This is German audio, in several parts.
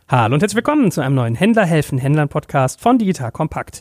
Hallo und herzlich willkommen zu einem neuen Händler helfen Händlern Podcast von Digital Compact.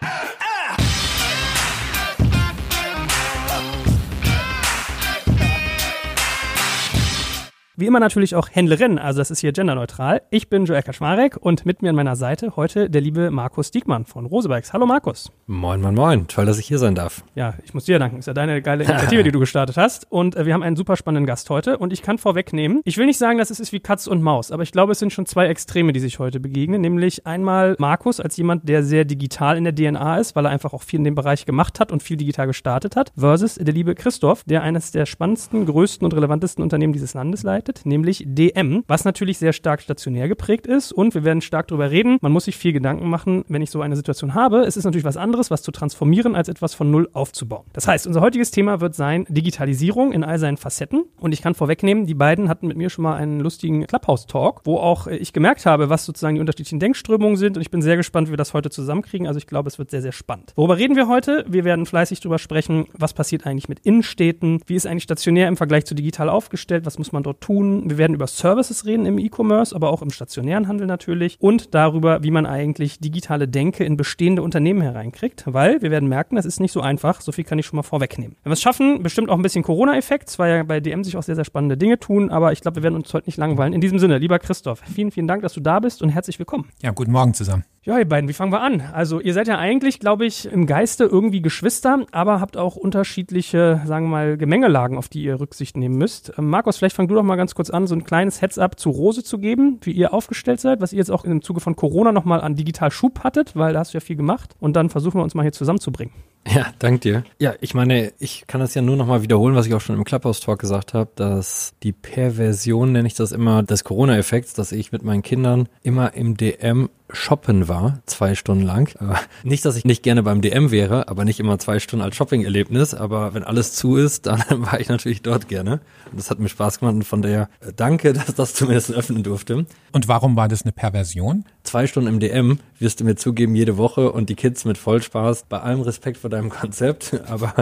Wie immer natürlich auch Händlerin, also das ist hier genderneutral. Ich bin Joel Kaczmarek und mit mir an meiner Seite heute der liebe Markus Diekmann von Rosebikes. Hallo Markus. Moin, moin, moin. Toll, dass ich hier sein darf. Ja, ich muss dir danken. Ist ja deine geile Initiative, die du gestartet hast. Und wir haben einen super spannenden Gast heute. Und ich kann vorwegnehmen, ich will nicht sagen, dass es ist wie Katz und Maus, aber ich glaube, es sind schon zwei Extreme, die sich heute begegnen. Nämlich einmal Markus als jemand, der sehr digital in der DNA ist, weil er einfach auch viel in dem Bereich gemacht hat und viel digital gestartet hat. Versus der liebe Christoph, der eines der spannendsten, größten und relevantesten Unternehmen dieses Landes leitet, nämlich DM, was natürlich sehr stark stationär geprägt ist und wir werden stark darüber reden. Man muss sich viel Gedanken machen, wenn ich so eine Situation habe. Es ist natürlich was anderes, was zu transformieren, als etwas von Null aufzubauen. Das heißt, unser heutiges Thema wird sein Digitalisierung in all seinen Facetten und ich kann vorwegnehmen, die beiden hatten mit mir schon mal einen lustigen Clubhouse-Talk, wo auch ich gemerkt habe, was sozusagen die unterschiedlichen Denkströmungen sind und ich bin sehr gespannt, wie wir das heute zusammenkriegen. Also ich glaube, es wird sehr, sehr spannend. Worüber reden wir heute? Wir werden fleißig darüber sprechen, was passiert eigentlich mit Innenstädten, wie ist eigentlich stationär im Vergleich zu digital aufgestellt, was muss man dort tun. Wir werden über Services reden im E-Commerce, aber auch im stationären Handel natürlich und darüber, wie man eigentlich digitale Denke in bestehende Unternehmen hereinkriegt, weil wir werden merken, das ist nicht so einfach, so viel kann ich schon mal vorwegnehmen. Wenn wir es schaffen, bestimmt auch ein bisschen Corona-Effekt, zwar ja bei DM sich auch sehr, sehr spannende Dinge tun, aber ich glaube, wir werden uns heute nicht langweilen. In diesem Sinne, lieber Christoph, vielen, vielen Dank, dass du da bist und herzlich willkommen. Ja, guten Morgen zusammen. Ja, ihr beiden, wie fangen wir an? Also ihr seid ja eigentlich, glaube ich, im Geiste irgendwie Geschwister, aber habt auch unterschiedliche, sagen wir mal, Gemengelagen, auf die ihr Rücksicht nehmen müsst. Markus, vielleicht fang du doch mal ganz kurz an, so ein kleines Heads-up zu Rose zu geben, wie ihr aufgestellt seid, was ihr jetzt auch im Zuge von Corona nochmal an digital Schub hattet, weil da hast du ja viel gemacht. Und dann versuchen wir uns mal hier zusammenzubringen. Ja, dank dir. Ja, ich meine, ich kann das ja nur nochmal wiederholen, was ich auch schon im Clubhouse-Talk gesagt habe, dass die Perversion, nenne ich das immer, des Corona-Effekts, dass ich mit meinen Kindern immer im DM shoppen war, 2 Stunden lang. Nicht, dass ich nicht gerne beim DM wäre, aber nicht immer 2 Stunden als Shopping-Erlebnis, aber wenn alles zu ist, dann war ich natürlich dort gerne. Und das hat mir Spaß gemacht und von daher danke, dass das zumindest öffnen durfte. Und warum war das eine Perversion? 2 Stunden im DM, wirst du mir zugeben, jede Woche und die Kids mit Vollspaß, bei allem Respekt vor deinem Konzept, aber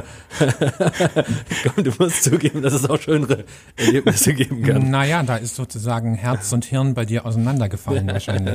komm, du musst zugeben, dass es auch schönere Erlebnisse geben kann. Naja, da ist sozusagen Herz und Hirn bei dir auseinandergefallen wahrscheinlich.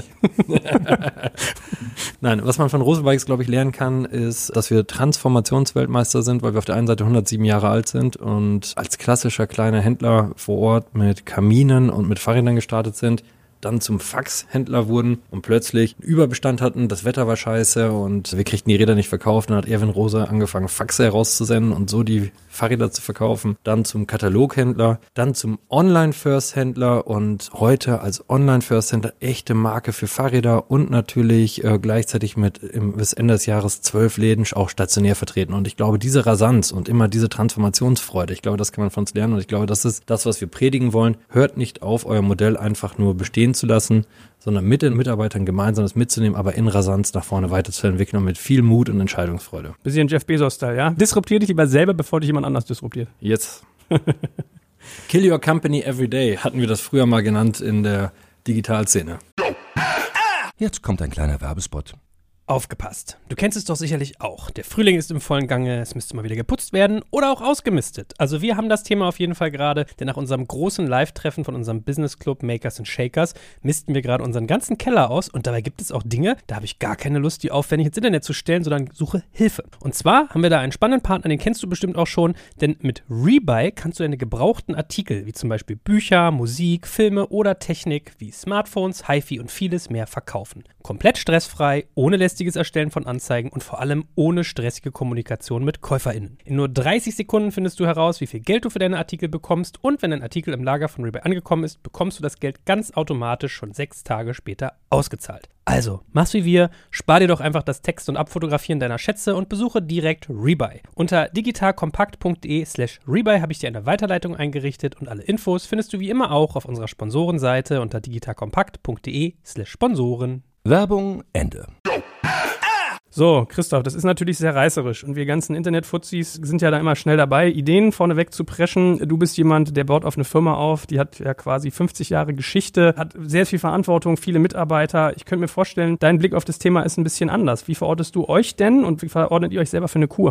Nein, was man von Rosebikes, glaube ich, lernen kann, ist, dass wir Transformationsweltmeister sind, weil wir auf der einen Seite 107 Jahre alt sind und als klassischer kleiner Händler vor Ort mit Kaminen und mit Fahrrädern gestartet sind, dann zum Faxhändler wurden und plötzlich einen Überbestand hatten, das Wetter war scheiße und wir kriegten die Räder nicht verkauft. Dann hat Erwin Rose angefangen, Faxe herauszusenden und so die Fahrräder zu verkaufen. Dann zum Kataloghändler, dann zum Online-First-Händler und heute als Online-First-Händler echte Marke für Fahrräder und natürlich gleichzeitig mit bis Ende des Jahres 12 Läden auch stationär vertreten. Und ich glaube, diese Rasanz und immer diese Transformationsfreude, ich glaube, das kann man von uns lernen und ich glaube, das ist das, was wir predigen wollen. Hört nicht auf, euer Modell einfach nur bestehen zu lassen, sondern mit den Mitarbeitern gemeinsam das mitzunehmen, aber in Rasanz nach vorne weiterzuentwickeln und mit viel Mut und Entscheidungsfreude. Bisschen Jeff Bezos-Style, ja? Disruptier dich lieber selber, bevor dich jemand anders disruptiert. Jetzt. Kill your company every day, hatten wir das früher mal genannt in der Digitalszene. Jetzt kommt ein kleiner Werbespot. Aufgepasst. Du kennst es doch sicherlich auch. Der Frühling ist im vollen Gange, es müsste mal wieder geputzt werden oder auch ausgemistet. Also wir haben das Thema auf jeden Fall gerade, denn nach unserem großen Live-Treffen von unserem Business Club Makers and Shakers misten wir gerade unseren ganzen Keller aus und dabei gibt es auch Dinge, da habe ich gar keine Lust, die aufwendig ins Internet zu stellen, sondern suche Hilfe. Und zwar haben wir da einen spannenden Partner, den kennst du bestimmt auch schon, denn mit Rebuy kannst du deine gebrauchten Artikel, wie zum Beispiel Bücher, Musik, Filme oder Technik wie Smartphones, HiFi und vieles mehr verkaufen. Komplett stressfrei, ohne lästiges Erstellen von Anzeigen und vor allem ohne stressige Kommunikation mit KäuferInnen. In nur 30 Sekunden findest du heraus, wie viel Geld du für deine Artikel bekommst und wenn dein Artikel im Lager von Rebuy angekommen ist, bekommst du das Geld ganz automatisch schon 6 Tage später ausgezahlt. Also, mach's wie wir, spar dir doch einfach das Text- und Abfotografieren deiner Schätze und besuche direkt Rebuy. Unter digitalkompakt.de/Rebuy habe ich dir eine Weiterleitung eingerichtet und alle Infos findest du wie immer auch auf unserer Sponsorenseite unter digitalkompakt.de/Sponsoren. Werbung Ende. So, Christoph, das ist natürlich sehr reißerisch und wir ganzen Internet-Fuzis sind ja da immer schnell dabei, Ideen vorneweg zu preschen. Du bist jemand, der baut auf eine Firma auf, die hat ja quasi 50 Jahre Geschichte, hat sehr viel Verantwortung, viele Mitarbeiter. Ich könnte mir vorstellen, dein Blick auf das Thema ist ein bisschen anders. Wie verortest du euch denn und wie verordnet ihr euch selber für eine Kur?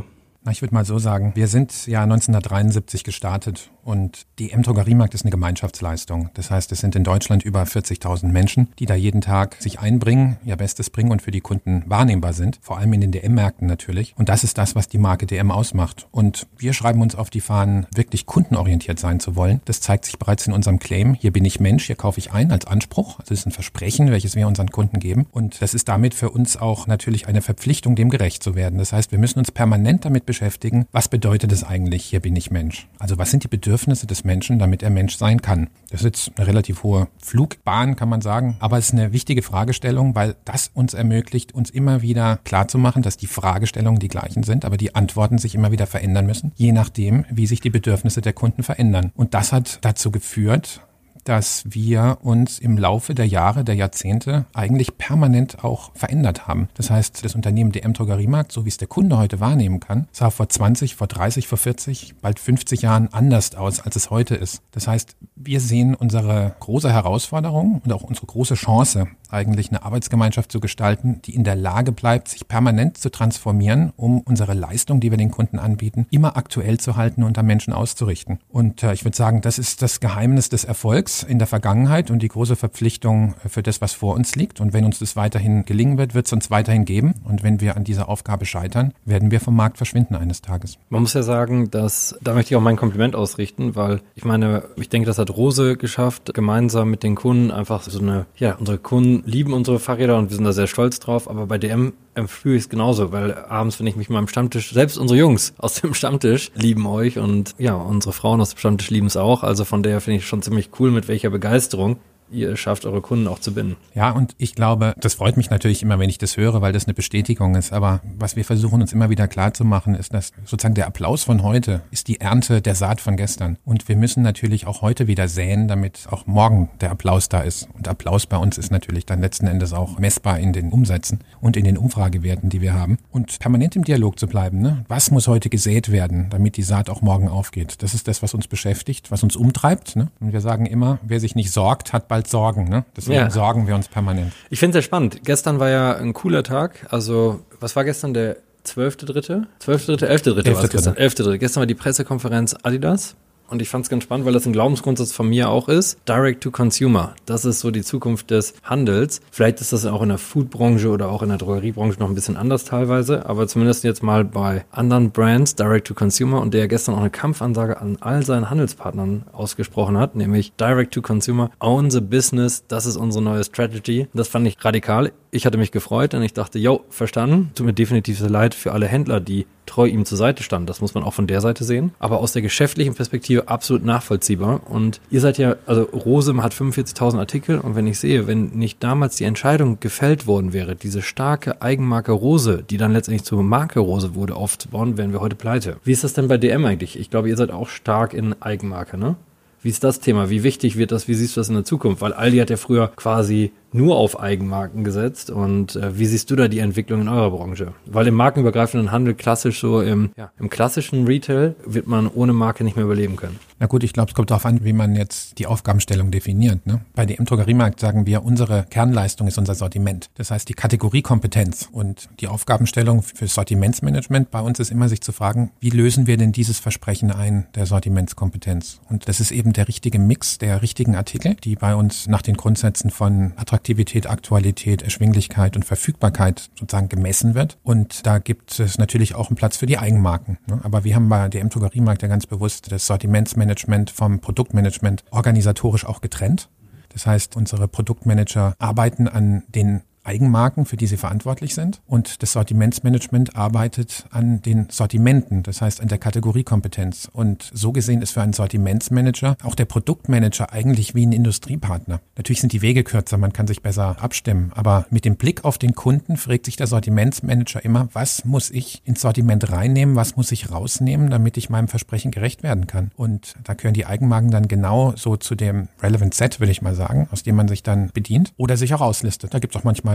Na, ich würde mal so sagen, wir sind ja 1973 gestartet und DM Drogeriemarkt ist eine Gemeinschaftsleistung. Das heißt, es sind in Deutschland über 40.000 Menschen, die da jeden Tag sich einbringen, ihr Bestes bringen und für die Kunden wahrnehmbar sind, vor allem in den DM-Märkten natürlich. Und das ist das, was die Marke DM ausmacht. Und wir schreiben uns auf die Fahnen, wirklich kundenorientiert sein zu wollen. Das zeigt sich bereits in unserem Claim, hier bin ich Mensch, hier kaufe ich ein, als Anspruch. Also das ist ein Versprechen, welches wir unseren Kunden geben. Und das ist damit für uns auch natürlich eine Verpflichtung, dem gerecht zu werden. Das heißt, wir müssen uns permanent damit beschäftigen, was bedeutet es eigentlich, hier bin ich Mensch? Also was sind die Bedürfnisse des Menschen, damit er Mensch sein kann? Das ist jetzt eine relativ hohe Flugbahn, kann man sagen, aber es ist eine wichtige Fragestellung, weil das uns ermöglicht, uns immer wieder klarzumachen, dass die Fragestellungen die gleichen sind, aber die Antworten sich immer wieder verändern müssen, je nachdem, wie sich die Bedürfnisse der Kunden verändern. Und das hat dazu geführt, dass wir uns im Laufe der Jahre, der Jahrzehnte eigentlich permanent auch verändert haben. Das heißt, das Unternehmen DM Drogeriemarkt, so wie es der Kunde heute wahrnehmen kann, sah vor 20, vor 30, vor 40, bald 50 Jahren anders aus, als es heute ist. Das heißt, wir sehen unsere große Herausforderung und auch unsere große Chance, eigentlich eine Arbeitsgemeinschaft zu gestalten, die in der Lage bleibt, sich permanent zu transformieren, um unsere Leistung, die wir den Kunden anbieten, immer aktuell zu halten und am Menschen auszurichten. Und ich würde sagen, das ist das Geheimnis des Erfolgs in der Vergangenheit und die große Verpflichtung für das, was vor uns liegt. Und wenn uns das weiterhin gelingen wird, wird es uns weiterhin geben. Und wenn wir an dieser Aufgabe scheitern, werden wir vom Markt verschwinden eines Tages. Man muss ja sagen, da möchte ich auch mein Kompliment ausrichten, weil ich denke, das hat Rose geschafft, gemeinsam mit den Kunden einfach unsere Kunden lieben unsere Fahrräder und wir sind da sehr stolz drauf, aber bei DM fühle ich es genauso, weil abends, wenn ich mich mal am Stammtisch, selbst unsere Jungs aus dem Stammtisch lieben euch und ja, unsere Frauen aus dem Stammtisch lieben es auch, also von daher finde ich schon ziemlich cool, mit welcher Begeisterung ihr es schafft, eure Kunden auch zu binden. Ja, und ich glaube, das freut mich natürlich immer, wenn ich das höre, weil das eine Bestätigung ist. Aber was wir versuchen uns immer wieder klar zu machen, ist, dass sozusagen der Applaus von heute ist die Ernte der Saat von gestern. Und wir müssen natürlich auch heute wieder säen, damit auch morgen der Applaus da ist. Und Applaus bei uns ist natürlich dann letzten Endes auch messbar in den Umsätzen und in den Umfragewerten, die wir haben. Und permanent im Dialog zu bleiben, ne? Was muss heute gesät werden, damit die Saat auch morgen aufgeht? Das ist das, was uns beschäftigt, was uns umtreibt. Ne? Und wir sagen immer, wer sich nicht sorgt, hat bald Sorgen, ne? Deswegen sorgen wir uns permanent. Ich finde es sehr spannend. Gestern war ja ein cooler Tag. Also, was war gestern? Der 12.3.? 11.3. war es gestern. 11.3. Gestern war die Pressekonferenz Adidas. Und ich fand es ganz spannend, weil das ein Glaubensgrundsatz von mir auch ist. Direct to Consumer. Das ist so die Zukunft des Handels. Vielleicht ist das auch in der Foodbranche oder auch in der Drogeriebranche noch ein bisschen anders teilweise. Aber zumindest jetzt mal bei anderen Brands, Direct to Consumer. Und der gestern auch eine Kampfansage an all seinen Handelspartnern ausgesprochen hat. Nämlich Direct to Consumer, own the business. Das ist unsere neue Strategy. Das fand ich radikal. Ich hatte mich gefreut und ich dachte, verstanden. Tut mir definitiv sehr leid für alle Händler, die treu ihm zur Seite standen. Das muss man auch von der Seite sehen. Aber aus der geschäftlichen Perspektive absolut nachvollziehbar. Und ihr seid ja, also Rose hat 45.000 Artikel und wenn ich sehe, wenn nicht damals die Entscheidung gefällt worden wäre, diese starke Eigenmarke Rose, die dann letztendlich zur Marke Rose wurde, aufzubauen, wären wir heute pleite. Wie ist das denn bei DM eigentlich? Ich glaube, ihr seid auch stark in Eigenmarke, ne? Wie ist das Thema? Wie wichtig wird das? Wie siehst du das in der Zukunft? Weil Aldi hat ja früher quasi nur auf Eigenmarken gesetzt. Und wie siehst du da die Entwicklung in eurer Branche? Weil im markenübergreifenden Handel klassisch so im klassischen Retail wird man ohne Marke nicht mehr überleben können. Na gut, ich glaube, es kommt darauf an, wie man jetzt die Aufgabenstellung definiert. Ne? Bei DM Drogeriemarkt sagen wir, unsere Kernleistung ist unser Sortiment. Das heißt, die Kategoriekompetenz und die Aufgabenstellung für Sortimentsmanagement bei uns ist immer, sich zu fragen, wie lösen wir denn dieses Versprechen ein der Sortimentskompetenz? Und das ist eben der richtige Mix der richtigen Artikel, die bei uns nach den Grundsätzen von Attraktivität, Aktualität, Erschwinglichkeit und Verfügbarkeit sozusagen gemessen wird. Und da gibt es natürlich auch einen Platz für die Eigenmarken. Ne? Aber wir haben bei DM Drogeriemarkt ja ganz bewusst das Sortimentsmanagement vom Produktmanagement organisatorisch auch getrennt. Das heißt, unsere Produktmanager arbeiten an den Eigenmarken, für die sie verantwortlich sind. Und das Sortimentsmanagement arbeitet an den Sortimenten, das heißt an der Kategoriekompetenz. Und so gesehen ist für einen Sortimentsmanager auch der Produktmanager eigentlich wie ein Industriepartner. Natürlich sind die Wege kürzer, man kann sich besser abstimmen. Aber mit dem Blick auf den Kunden fragt sich der Sortimentsmanager immer, was muss ich ins Sortiment reinnehmen, was muss ich rausnehmen, damit ich meinem Versprechen gerecht werden kann. Und da gehören die Eigenmarken dann genau so zu dem Relevant Set, würde ich mal sagen, aus dem man sich dann bedient oder sich auch auslistet. Da gibt es auch manchmal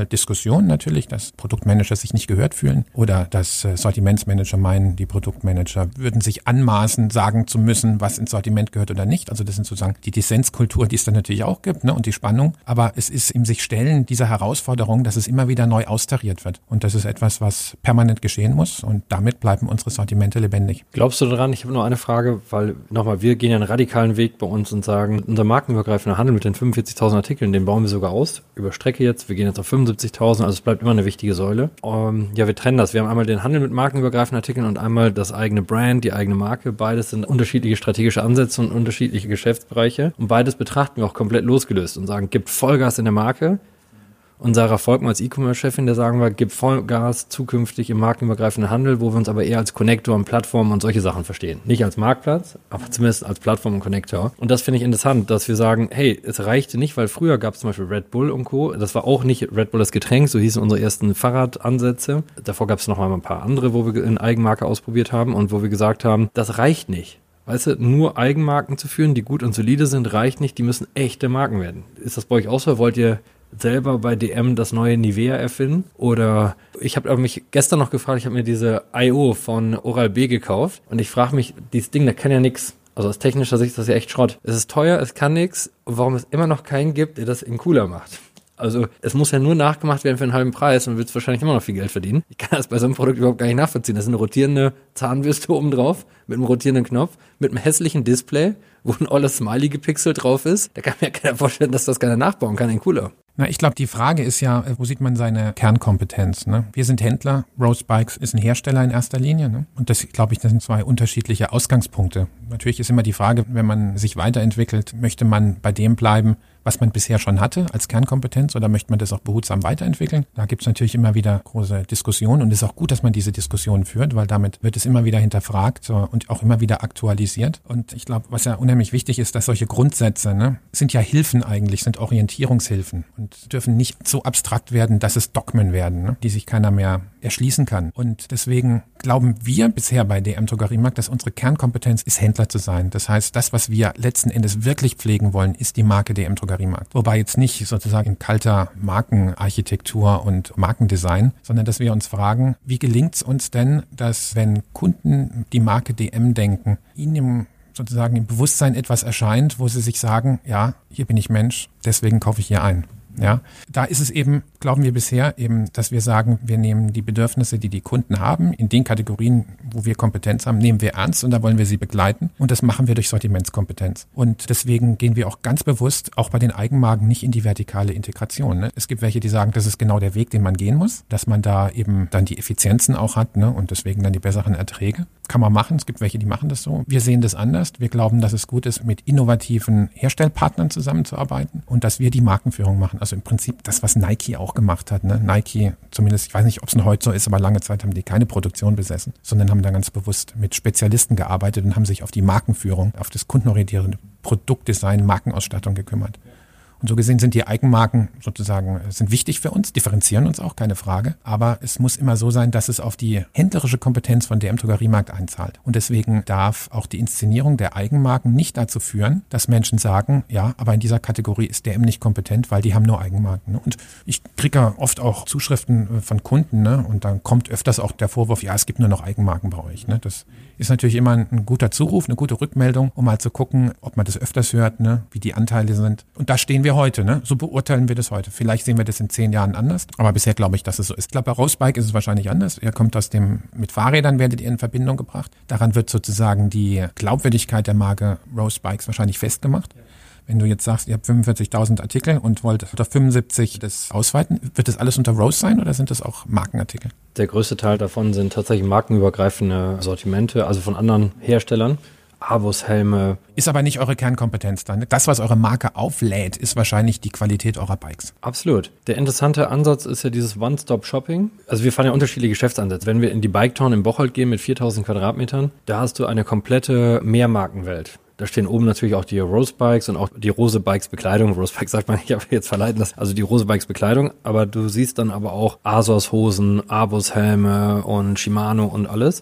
manchmal Diskussionen natürlich, dass Produktmanager sich nicht gehört fühlen oder dass Sortimentsmanager meinen, die Produktmanager würden sich anmaßen, sagen zu müssen, was ins Sortiment gehört oder nicht. Also das sind sozusagen die Dissenskultur, die es dann natürlich auch gibt, ne, und die Spannung. Aber es ist im sich Stellen dieser Herausforderung, dass es immer wieder neu austariert wird. Und das ist etwas, was permanent geschehen muss und damit bleiben unsere Sortimente lebendig. Glaubst du daran? Ich habe noch eine Frage, weil nochmal, wir gehen ja einen radikalen Weg bei uns und sagen, unser markenübergreifender Handel mit den 45.000 Artikeln, den bauen wir sogar aus, über Strecke jetzt, wir gehen jetzt auf 75.000, also es bleibt immer eine wichtige Säule. Ja, wir trennen das. Wir haben einmal den Handel mit markenübergreifenden Artikeln und einmal das eigene Brand, die eigene Marke. Beides sind unterschiedliche strategische Ansätze und unterschiedliche Geschäftsbereiche. Und beides betrachten wir auch komplett losgelöst und sagen, gibt Vollgas in der Marke. Und Sarah Volkmann als E-Commerce-Chefin, der sagen wir, gibt Vollgas zukünftig im markenübergreifenden Handel, wo wir uns aber eher als Connector und Plattform und solche Sachen verstehen. Nicht als Marktplatz, aber zumindest als Plattform und Connector. Und das finde ich interessant, dass wir sagen, hey, es reichte nicht, weil früher gab es zum Beispiel Red Bull und Co. Das war auch nicht Red Bull das Getränk, so hießen unsere ersten Fahrradansätze. Davor gab es noch mal ein paar andere, wo wir in Eigenmarke ausprobiert haben und wo wir gesagt haben, das reicht nicht. Weißt du, nur Eigenmarken zu führen, die gut und solide sind, reicht nicht, die müssen echte Marken werden. Ist das bei euch auch so? Wollt ihr selber bei DM das neue Nivea erfinden? Oder ich habe mich gestern noch gefragt, ich habe mir diese I.O. von Oral-B gekauft und ich frage mich, dieses Ding, das kann ja nix. Also aus technischer Sicht ist das ja echt Schrott. Es ist teuer, es kann nix. Warum es immer noch keinen gibt, der das in cooler macht? Also es muss ja nur nachgemacht werden für einen halben Preis und wird wahrscheinlich immer noch viel Geld verdienen. Ich kann das bei so einem Produkt überhaupt gar nicht nachvollziehen. Das ist eine rotierende Zahnbürste oben drauf mit einem rotierenden Knopf, mit einem hässlichen Display, wo ein olles Smiley gepixelt drauf ist. Da kann mir ja keiner vorstellen, dass das keiner nachbauen kann in cooler. Na, ich glaube, die Frage ist ja, wo sieht man seine Kernkompetenz? Ne? Wir sind Händler, Rose Bikes ist ein Hersteller in erster Linie. Ne? Und das, glaube ich, das sind zwei unterschiedliche Ausgangspunkte. Natürlich ist immer die Frage, wenn man sich weiterentwickelt, möchte man bei dem bleiben, was man bisher schon hatte als Kernkompetenz, oder möchte man das auch behutsam weiterentwickeln? Da gibt es natürlich immer wieder große Diskussionen und es ist auch gut, dass man diese Diskussionen führt, weil damit wird es immer wieder hinterfragt und auch immer wieder aktualisiert. Und ich glaube, was ja unheimlich wichtig ist, dass solche Grundsätze, ne, sind ja Hilfen eigentlich, sind Orientierungshilfen und dürfen nicht so abstrakt werden, dass es Dogmen werden, ne, die sich keiner mehr erschließen kann. Und deswegen glauben wir bisher bei DM Drogeriemarkt, dass unsere Kernkompetenz ist, Händler zu sein. Das heißt, das, was wir letzten Endes wirklich pflegen wollen, ist die Marke DM Drogeriemarkt. Wobei jetzt nicht sozusagen in kalter Markenarchitektur und Markendesign, sondern dass wir uns fragen, wie gelingt es uns denn, dass wenn Kunden die Marke DM denken, ihnen sozusagen im Bewusstsein etwas erscheint, wo sie sich sagen, ja, hier bin ich Mensch, deswegen kaufe ich hier ein. Ja, da ist es eben, glauben wir bisher eben, dass wir sagen, wir nehmen die Bedürfnisse, die die Kunden haben, in den Kategorien, wo wir Kompetenz haben, nehmen wir ernst und da wollen wir sie begleiten und das machen wir durch Sortimentskompetenz. Und deswegen gehen wir auch ganz bewusst, auch bei den Eigenmarken, nicht in die vertikale Integration. Ne? Es gibt welche, die sagen, das ist genau der Weg, den man gehen muss, dass man da eben dann die Effizienzen auch hat, ne? Und deswegen dann die besseren Erträge. Kann man machen, es gibt welche, die machen das so. Wir sehen das anders. Wir glauben, dass es gut ist, mit innovativen Herstellpartnern zusammenzuarbeiten und dass wir die Markenführung machen. Also im Prinzip das, was Nike auch gemacht hat. Ne? Nike, zumindest, ich weiß nicht, ob es noch heute so ist, aber lange Zeit haben die keine Produktion besessen, sondern haben da ganz bewusst mit Spezialisten gearbeitet und haben sich auf die Markenführung, auf das kundenorientierte Produktdesign, Markenausstattung gekümmert. Und so gesehen sind die Eigenmarken sozusagen, sind wichtig für uns, differenzieren uns auch, keine Frage. Aber es muss immer so sein, dass es auf die händlerische Kompetenz von DM Drogeriemarkt einzahlt. Und deswegen darf auch die Inszenierung der Eigenmarken nicht dazu führen, dass Menschen sagen, ja, aber in dieser Kategorie ist DM nicht kompetent, weil die haben nur Eigenmarken. Und ich kriege ja oft auch Zuschriften von Kunden, ne? Und dann kommt öfters auch der Vorwurf, ja, es gibt nur noch Eigenmarken bei euch. Ne? Das ist natürlich immer ein guter Zuruf, eine gute Rückmeldung, um mal zu gucken, ob man das öfters hört, ne? Wie die Anteile sind. Und da stehen wir heute, ne? So beurteilen wir das heute. Vielleicht sehen wir das in 10 Jahren anders, aber bisher glaube ich, dass es so ist. Ich glaube, bei Rose Bike ist es wahrscheinlich anders. Ihr kommt mit Fahrrädern werdet ihr in Verbindung gebracht. Daran wird sozusagen die Glaubwürdigkeit der Marke Rose Bikes wahrscheinlich festgemacht. Wenn du jetzt sagst, ihr habt 45.000 Artikel und wollt unter 75 das ausweiten, wird das alles unter Rose sein oder sind das auch Markenartikel? Der größte Teil davon sind tatsächlich markenübergreifende Sortimente, also von anderen Herstellern. Avos-Helme. Ist aber nicht eure Kernkompetenz dann. Das, was eure Marke auflädt, ist wahrscheinlich die Qualität eurer Bikes. Absolut. Der interessante Ansatz ist ja dieses One-Stop-Shopping. Also wir fahren ja unterschiedliche Geschäftsansätze. Wenn wir in die Bike-Town in Bocholt gehen mit 4.000 Quadratmetern, da hast du eine komplette Mehrmarkenwelt. Da stehen oben natürlich auch die Rose Bikes und auch die Rose Bikes Bekleidung. Rose Bikes sagt man, ich habe jetzt verleiten lassen. Also die Rose Bikes Bekleidung. Aber du siehst dann aber auch Asos Hosen, Avos Helme und Shimano und alles.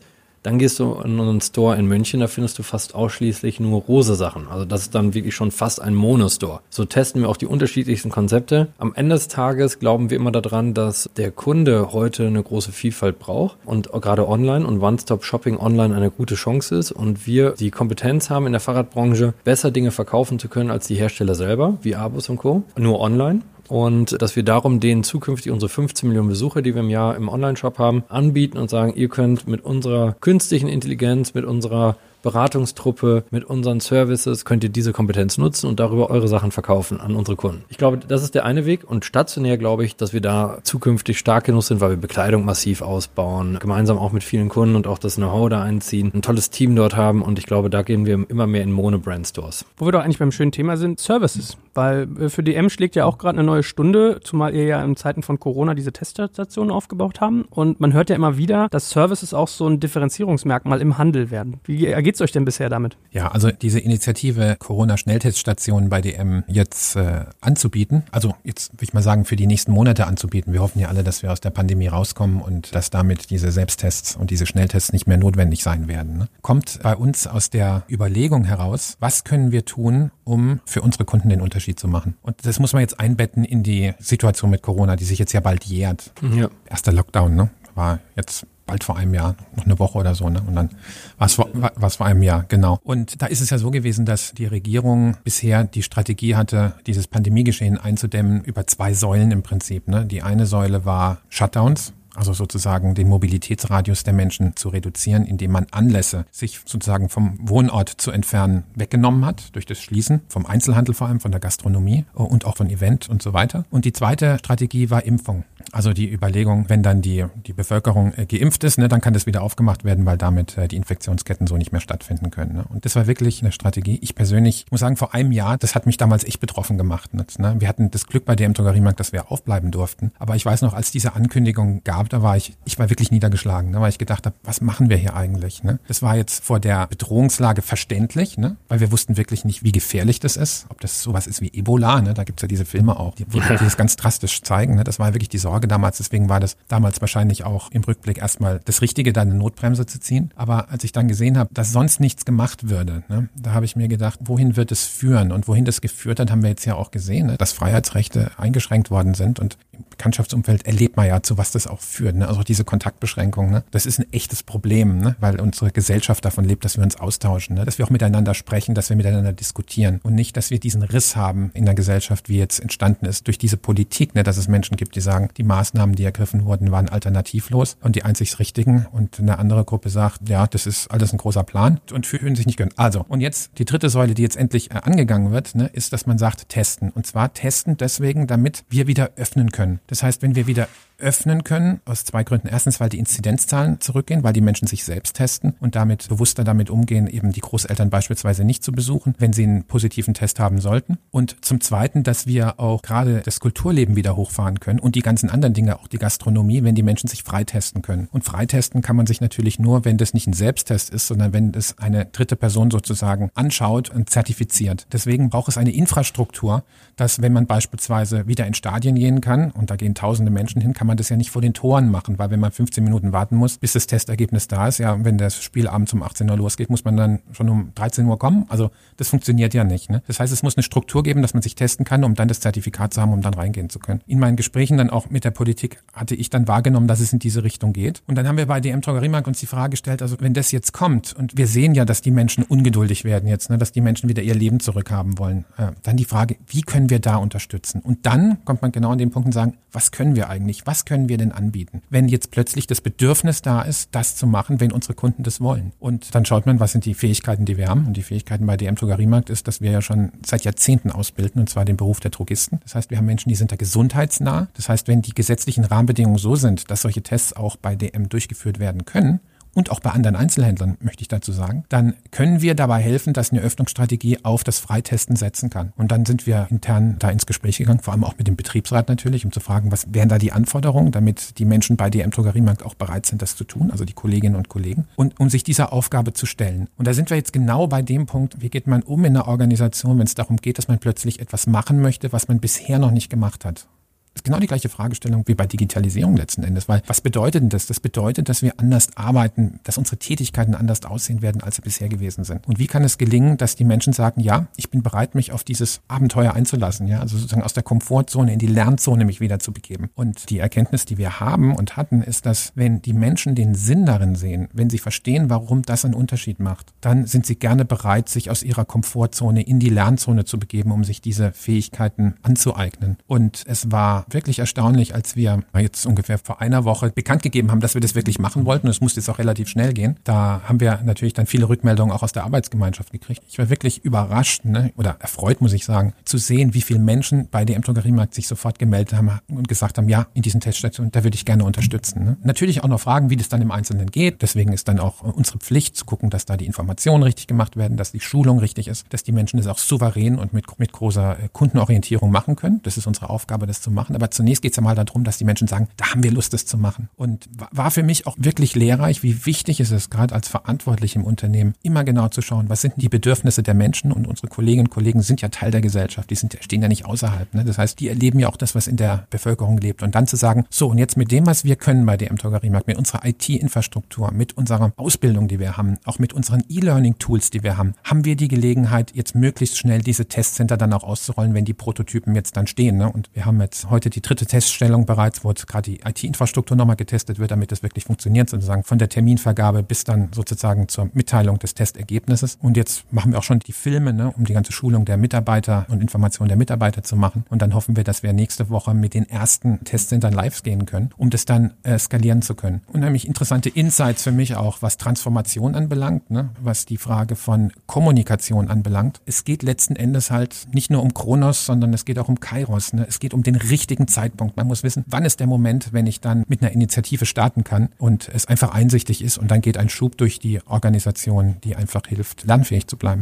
Dann gehst du in einen Store in München, da findest du fast ausschließlich nur Rose-Sachen. Also das ist dann wirklich schon fast ein Monostore. So testen wir auch die unterschiedlichsten Konzepte. Am Ende des Tages glauben wir immer daran, dass der Kunde heute eine große Vielfalt braucht und gerade online und One-Stop-Shopping online eine gute Chance ist und wir die Kompetenz haben in der Fahrradbranche, besser Dinge verkaufen zu können als die Hersteller selber, wie Abus und Co., nur online. Und dass wir darum denen zukünftig unsere 15 Millionen Besucher, die wir im Jahr im Online-Shop haben, anbieten und sagen, ihr könnt mit unserer künstlichen Intelligenz, mit unserer Beratungstruppe, mit unseren Services könnt ihr diese Kompetenz nutzen und darüber eure Sachen verkaufen an unsere Kunden. Ich glaube, das ist der eine Weg und stationär glaube ich, dass wir da zukünftig stark genug sind, weil wir Bekleidung massiv ausbauen, gemeinsam auch mit vielen Kunden und auch das Know-how da einziehen, ein tolles Team dort haben und ich glaube, da gehen wir immer mehr in Mono-Brand-Stores. Wo wir doch eigentlich beim schönen Thema sind, Services, weil für DM schlägt ja auch gerade eine neue Stunde, zumal ihr ja in Zeiten von Corona diese Teststationen aufgebaut haben und man hört ja immer wieder, dass Services auch so ein Differenzierungsmerkmal im Handel werden. Wie ergeht es euch denn bisher damit? Ja, also diese Initiative Corona-Schnellteststationen bei DM jetzt anzubieten, also jetzt würde ich mal sagen, für die nächsten Monate anzubieten. Wir hoffen ja alle, dass wir aus der Pandemie rauskommen und dass damit diese Selbsttests und diese Schnelltests nicht mehr notwendig sein werden. Ne? Kommt bei uns aus der Überlegung heraus, was können wir tun, um für unsere Kunden den Unterschied zu machen? Und das muss man jetzt einbetten in die Situation mit Corona, die sich jetzt ja bald jährt. Ja. Erster Lockdown, ne? War jetzt bald vor einem Jahr, noch eine Woche oder so, ne? Und dann war es vor einem Jahr, genau. Und da ist es ja so gewesen, dass die Regierung bisher die Strategie hatte, dieses Pandemiegeschehen einzudämmen über 2 Säulen im Prinzip, ne? Die eine Säule war Shutdowns, also sozusagen den Mobilitätsradius der Menschen zu reduzieren, indem man Anlässe, sich sozusagen vom Wohnort zu entfernen, weggenommen hat, durch das Schließen, vom Einzelhandel vor allem, von der Gastronomie und auch von Event und so weiter. Und die zweite Strategie war Impfung. Also die Überlegung, wenn dann die Bevölkerung geimpft ist, ne, dann kann das wieder aufgemacht werden, weil damit die Infektionsketten so nicht mehr stattfinden können. Ne. Und das war wirklich eine Strategie. Ich persönlich muss sagen, vor einem Jahr, das hat mich damals echt betroffen gemacht. Ne. Wir hatten das Glück bei DM Drogeriemarkt, dass wir aufbleiben durften. Aber ich weiß noch, als diese Ankündigung gab, da war ich war wirklich niedergeschlagen, ne, weil ich gedacht habe, was machen wir hier eigentlich? Ne? Das war jetzt vor der Bedrohungslage verständlich, ne, weil wir wussten wirklich nicht, wie gefährlich das ist, ob das sowas ist wie Ebola, ne, da gibt's ja diese Filme auch, die das ganz drastisch zeigen. Ne? Das war wirklich die Sorge damals, deswegen war das damals wahrscheinlich auch im Rückblick erstmal das Richtige, da eine Notbremse zu ziehen. Aber als ich dann gesehen habe, dass sonst nichts gemacht würde, ne, da habe ich mir gedacht, wohin wird es führen? Und wohin das geführt hat, haben wir jetzt ja auch gesehen, ne, dass Freiheitsrechte eingeschränkt worden sind und im Bekanntschaftsumfeld erlebt man ja, zu was das auch führt. Ne? Also diese Kontaktbeschränkung, ne? Das ist ein echtes Problem, ne? Weil unsere Gesellschaft davon lebt, dass wir uns austauschen, ne? Dass wir auch miteinander sprechen, dass wir miteinander diskutieren und nicht, dass wir diesen Riss haben in der Gesellschaft, wie jetzt entstanden ist durch diese Politik, ne? Dass es Menschen gibt, die sagen, die Maßnahmen, die ergriffen wurden, waren alternativlos und die einzig richtigen und eine andere Gruppe sagt, ja, das ist alles ein großer Plan und fühlen sich nicht gönnen. Also, und jetzt die dritte Säule, die jetzt endlich angegangen wird, ne, ist, dass man sagt, testen. Und zwar testen deswegen, damit wir wieder öffnen können. Das heißt, wenn wir wieder öffnen können, aus 2 Gründen. Erstens, weil die Inzidenzzahlen zurückgehen, weil die Menschen sich selbst testen und damit bewusster damit umgehen, eben die Großeltern beispielsweise nicht zu besuchen, wenn sie einen positiven Test haben sollten. Und zum Zweiten, dass wir auch gerade das Kulturleben wieder hochfahren können und die ganzen anderen Dinge, auch die Gastronomie, wenn die Menschen sich freitesten können. Und freitesten kann man sich natürlich nur, wenn das nicht ein Selbsttest ist, sondern wenn das eine dritte Person sozusagen anschaut und zertifiziert. Deswegen braucht es eine Infrastruktur, dass wenn man beispielsweise wieder in Stadien gehen kann, und da gehen tausende Menschen hin, kann man das ja nicht vor den Toren machen, weil wenn man 15 Minuten warten muss, bis das Testergebnis da ist, ja, wenn das Spiel abends um 18 Uhr losgeht, muss man dann schon um 13 Uhr kommen. Also das funktioniert ja nicht. Ne? Das heißt, es muss eine Struktur geben, dass man sich testen kann, um dann das Zertifikat zu haben, um dann reingehen zu können. In meinen Gesprächen dann auch mit der Politik hatte ich dann wahrgenommen, dass es in diese Richtung geht. Und dann haben wir bei DM Drogeriemarkt uns die Frage gestellt, also wenn das jetzt kommt und wir sehen ja, dass die Menschen ungeduldig werden jetzt, ne, dass die Menschen wieder ihr Leben zurückhaben wollen, dann die Frage, wie können wir da unterstützen? Und dann kommt man genau an den Punkt und sagen, was können wir eigentlich? Was können wir denn anbieten? Wenn jetzt plötzlich das Bedürfnis da ist, das zu machen, wenn unsere Kunden das wollen. Und dann schaut man, was sind die Fähigkeiten, die wir haben. Und die Fähigkeiten bei DM Drogeriemarkt ist, dass wir ja schon seit Jahrzehnten ausbilden, und zwar den Beruf der Drogisten. Das heißt, wir haben Menschen, die sind da gesundheitsnah. Das heißt, wenn die gesetzlichen Rahmenbedingungen so sind, dass solche Tests auch bei DM durchgeführt werden können, und auch bei anderen Einzelhändlern, möchte ich dazu sagen, dann können wir dabei helfen, dass eine Öffnungsstrategie auf das Freitesten setzen kann. Und dann sind wir intern da ins Gespräch gegangen, vor allem auch mit dem Betriebsrat natürlich, um zu fragen, was wären da die Anforderungen, damit die Menschen bei DM Drogeriemarkt auch bereit sind, das zu tun, also die Kolleginnen und Kollegen, und um sich dieser Aufgabe zu stellen. Und da sind wir jetzt genau bei dem Punkt, wie geht man um in einer Organisation, wenn es darum geht, dass man plötzlich etwas machen möchte, was man bisher noch nicht gemacht hat. Das ist genau die gleiche Fragestellung wie bei Digitalisierung letzten Endes, weil was bedeutet denn das? Das bedeutet, dass wir anders arbeiten, dass unsere Tätigkeiten anders aussehen werden, als sie bisher gewesen sind. Und wie kann es gelingen, dass die Menschen sagen, ja, ich bin bereit, mich auf dieses Abenteuer einzulassen, ja, also sozusagen aus der Komfortzone in die Lernzone mich wieder zu begeben. Und die Erkenntnis, die wir haben und hatten, ist, dass wenn die Menschen den Sinn darin sehen, wenn sie verstehen, warum das einen Unterschied macht, dann sind sie gerne bereit, sich aus ihrer Komfortzone in die Lernzone zu begeben, um sich diese Fähigkeiten anzueignen. Und es war wirklich erstaunlich, als wir jetzt ungefähr vor einer Woche bekannt gegeben haben, dass wir das wirklich machen wollten. Und es musste jetzt auch relativ schnell gehen. Da haben wir natürlich dann viele Rückmeldungen auch aus der Arbeitsgemeinschaft gekriegt. Ich war wirklich überrascht, oder erfreut, muss ich sagen, zu sehen, wie viele Menschen bei DM Drogeriemarkt sich sofort gemeldet haben und gesagt haben, ja, in diesen Teststationen, da würde ich gerne unterstützen. Natürlich auch noch fragen, wie das dann im Einzelnen geht. Deswegen ist dann auch unsere Pflicht zu gucken, dass da die Informationen richtig gemacht werden, dass die Schulung richtig ist, dass die Menschen das auch souverän und mit großer Kundenorientierung machen können. Das ist unsere Aufgabe, das zu machen. Aber zunächst geht es ja mal darum, dass die Menschen sagen, da haben wir Lust, das zu machen. Und war für mich auch wirklich lehrreich, wie wichtig es ist, gerade als Verantwortlich im Unternehmen, immer genau zu schauen, was sind die Bedürfnisse der Menschen, und unsere Kolleginnen und Kollegen sind ja Teil der Gesellschaft, stehen ja nicht außerhalb. Das heißt, die erleben ja auch das, was in der Bevölkerung lebt. Und dann zu sagen, so, und jetzt mit dem, was wir können bei DM Drogeriemarkt, mit unserer IT-Infrastruktur, mit unserer Ausbildung, die wir haben, auch mit unseren E-Learning-Tools, die wir haben wir die Gelegenheit, jetzt möglichst schnell diese Testcenter dann auch auszurollen, wenn die Prototypen jetzt dann stehen. Und wir haben jetzt heute die 3. Teststellung bereits, wo jetzt gerade die IT-Infrastruktur nochmal getestet wird, damit das wirklich funktioniert, sozusagen von der Terminvergabe bis dann sozusagen zur Mitteilung des Testergebnisses. Und jetzt machen wir auch schon die Filme, um die ganze Schulung der Mitarbeiter und Information der Mitarbeiter zu machen. Und dann hoffen wir, dass wir nächste Woche mit den ersten Testcentern live gehen können, um das dann skalieren zu können. Unheimlich interessante Insights für mich auch, was Transformation anbelangt, was die Frage von Kommunikation anbelangt. Es geht letzten Endes halt nicht nur um Chronos, sondern es geht auch um Kairos. Es geht um den richtigen Zeitpunkt. Man muss wissen, wann ist der Moment, wenn ich dann mit einer Initiative starten kann und es einfach einsichtig ist, und dann geht ein Schub durch die Organisation, die einfach hilft, lernfähig zu bleiben.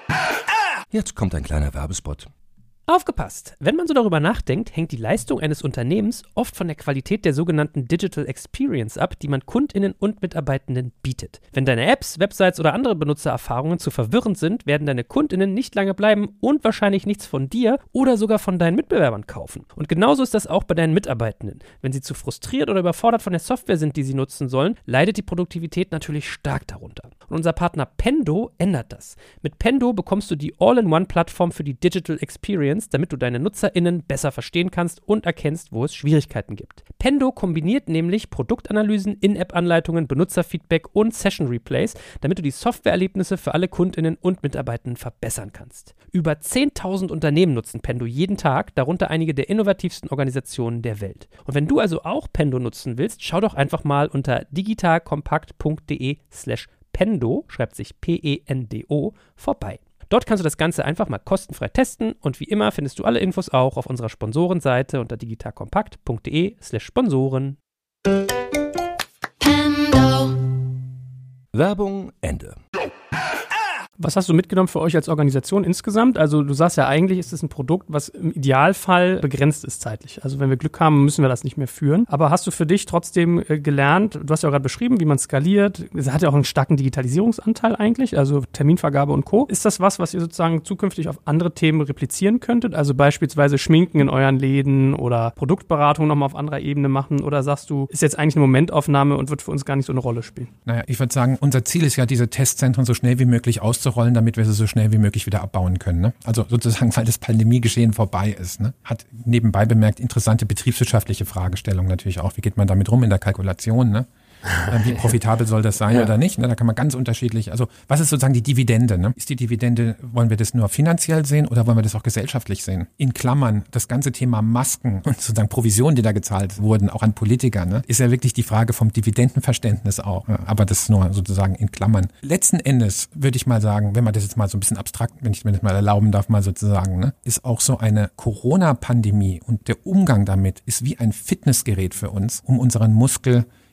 Jetzt kommt ein kleiner Werbespot. Aufgepasst! Wenn man so darüber nachdenkt, hängt die Leistung eines Unternehmens oft von der Qualität der sogenannten Digital Experience ab, die man KundInnen und Mitarbeitenden bietet. Wenn deine Apps, Websites oder andere Benutzererfahrungen zu verwirrend sind, werden deine KundInnen nicht lange bleiben und wahrscheinlich nichts von dir oder sogar von deinen Mitbewerbern kaufen. Und genauso ist das auch bei deinen Mitarbeitenden. Wenn sie zu frustriert oder überfordert von der Software sind, die sie nutzen sollen, leidet die Produktivität natürlich stark darunter. Und unser Partner Pendo ändert das. Mit Pendo bekommst du die All-in-One-Plattform für die Digital Experience, damit du deine NutzerInnen besser verstehen kannst und erkennst, wo es Schwierigkeiten gibt. Pendo kombiniert nämlich Produktanalysen, In-App-Anleitungen, Benutzerfeedback und Session-Replays, damit du die Softwareerlebnisse für alle KundInnen und Mitarbeitenden verbessern kannst. Über 10.000 Unternehmen nutzen Pendo jeden Tag, darunter einige der innovativsten Organisationen der Welt. Und wenn du also auch Pendo nutzen willst, schau doch einfach mal unter digitalkompakt.de/Pendo, schreibt sich P-E-N-D-O, vorbei. Dort kannst du das Ganze einfach mal kostenfrei testen, und wie immer findest du alle Infos auch auf unserer Sponsorenseite unter digitalkompakt.de/Sponsoren. Werbung Ende. Was hast du mitgenommen für euch als Organisation insgesamt? Also du sagst ja, eigentlich ist es ein Produkt, was im Idealfall begrenzt ist zeitlich. Also wenn wir Glück haben, müssen wir das nicht mehr führen. Aber hast du für dich trotzdem gelernt, du hast ja auch gerade beschrieben, wie man skaliert. Es hat ja auch einen starken Digitalisierungsanteil eigentlich, also Terminvergabe und Co. Ist das was ihr sozusagen zukünftig auf andere Themen replizieren könntet? Also beispielsweise Schminken in euren Läden oder Produktberatung nochmal auf anderer Ebene machen? Oder sagst du, ist jetzt eigentlich eine Momentaufnahme und wird für uns gar nicht so eine Rolle spielen? Naja, ich würde sagen, unser Ziel ist ja, diese Testzentren so schnell wie möglich auszurollen, damit wir sie so schnell wie möglich wieder abbauen können. Also sozusagen, weil das Pandemiegeschehen vorbei ist. Hat nebenbei bemerkt interessante betriebswirtschaftliche Fragestellungen natürlich auch. Wie geht man damit rum in der Kalkulation? Wie profitabel soll das sein oder nicht? Da kann man ganz unterschiedlich, also was ist sozusagen die Dividende? Ist die Dividende, wollen wir das nur finanziell sehen oder wollen wir das auch gesellschaftlich sehen? In Klammern, das ganze Thema Masken und sozusagen Provisionen, die da gezahlt wurden, auch an Politiker, ist ja wirklich die Frage vom Dividendenverständnis auch. Aber das ist nur sozusagen in Klammern. Letzten Endes würde ich mal sagen, wenn man das jetzt mal so ein bisschen abstrakt, wenn ich mir das mal erlauben darf, mal sozusagen, ist auch so eine Corona-Pandemie und der Umgang damit ist wie ein Fitnessgerät für uns, um unseren Muskel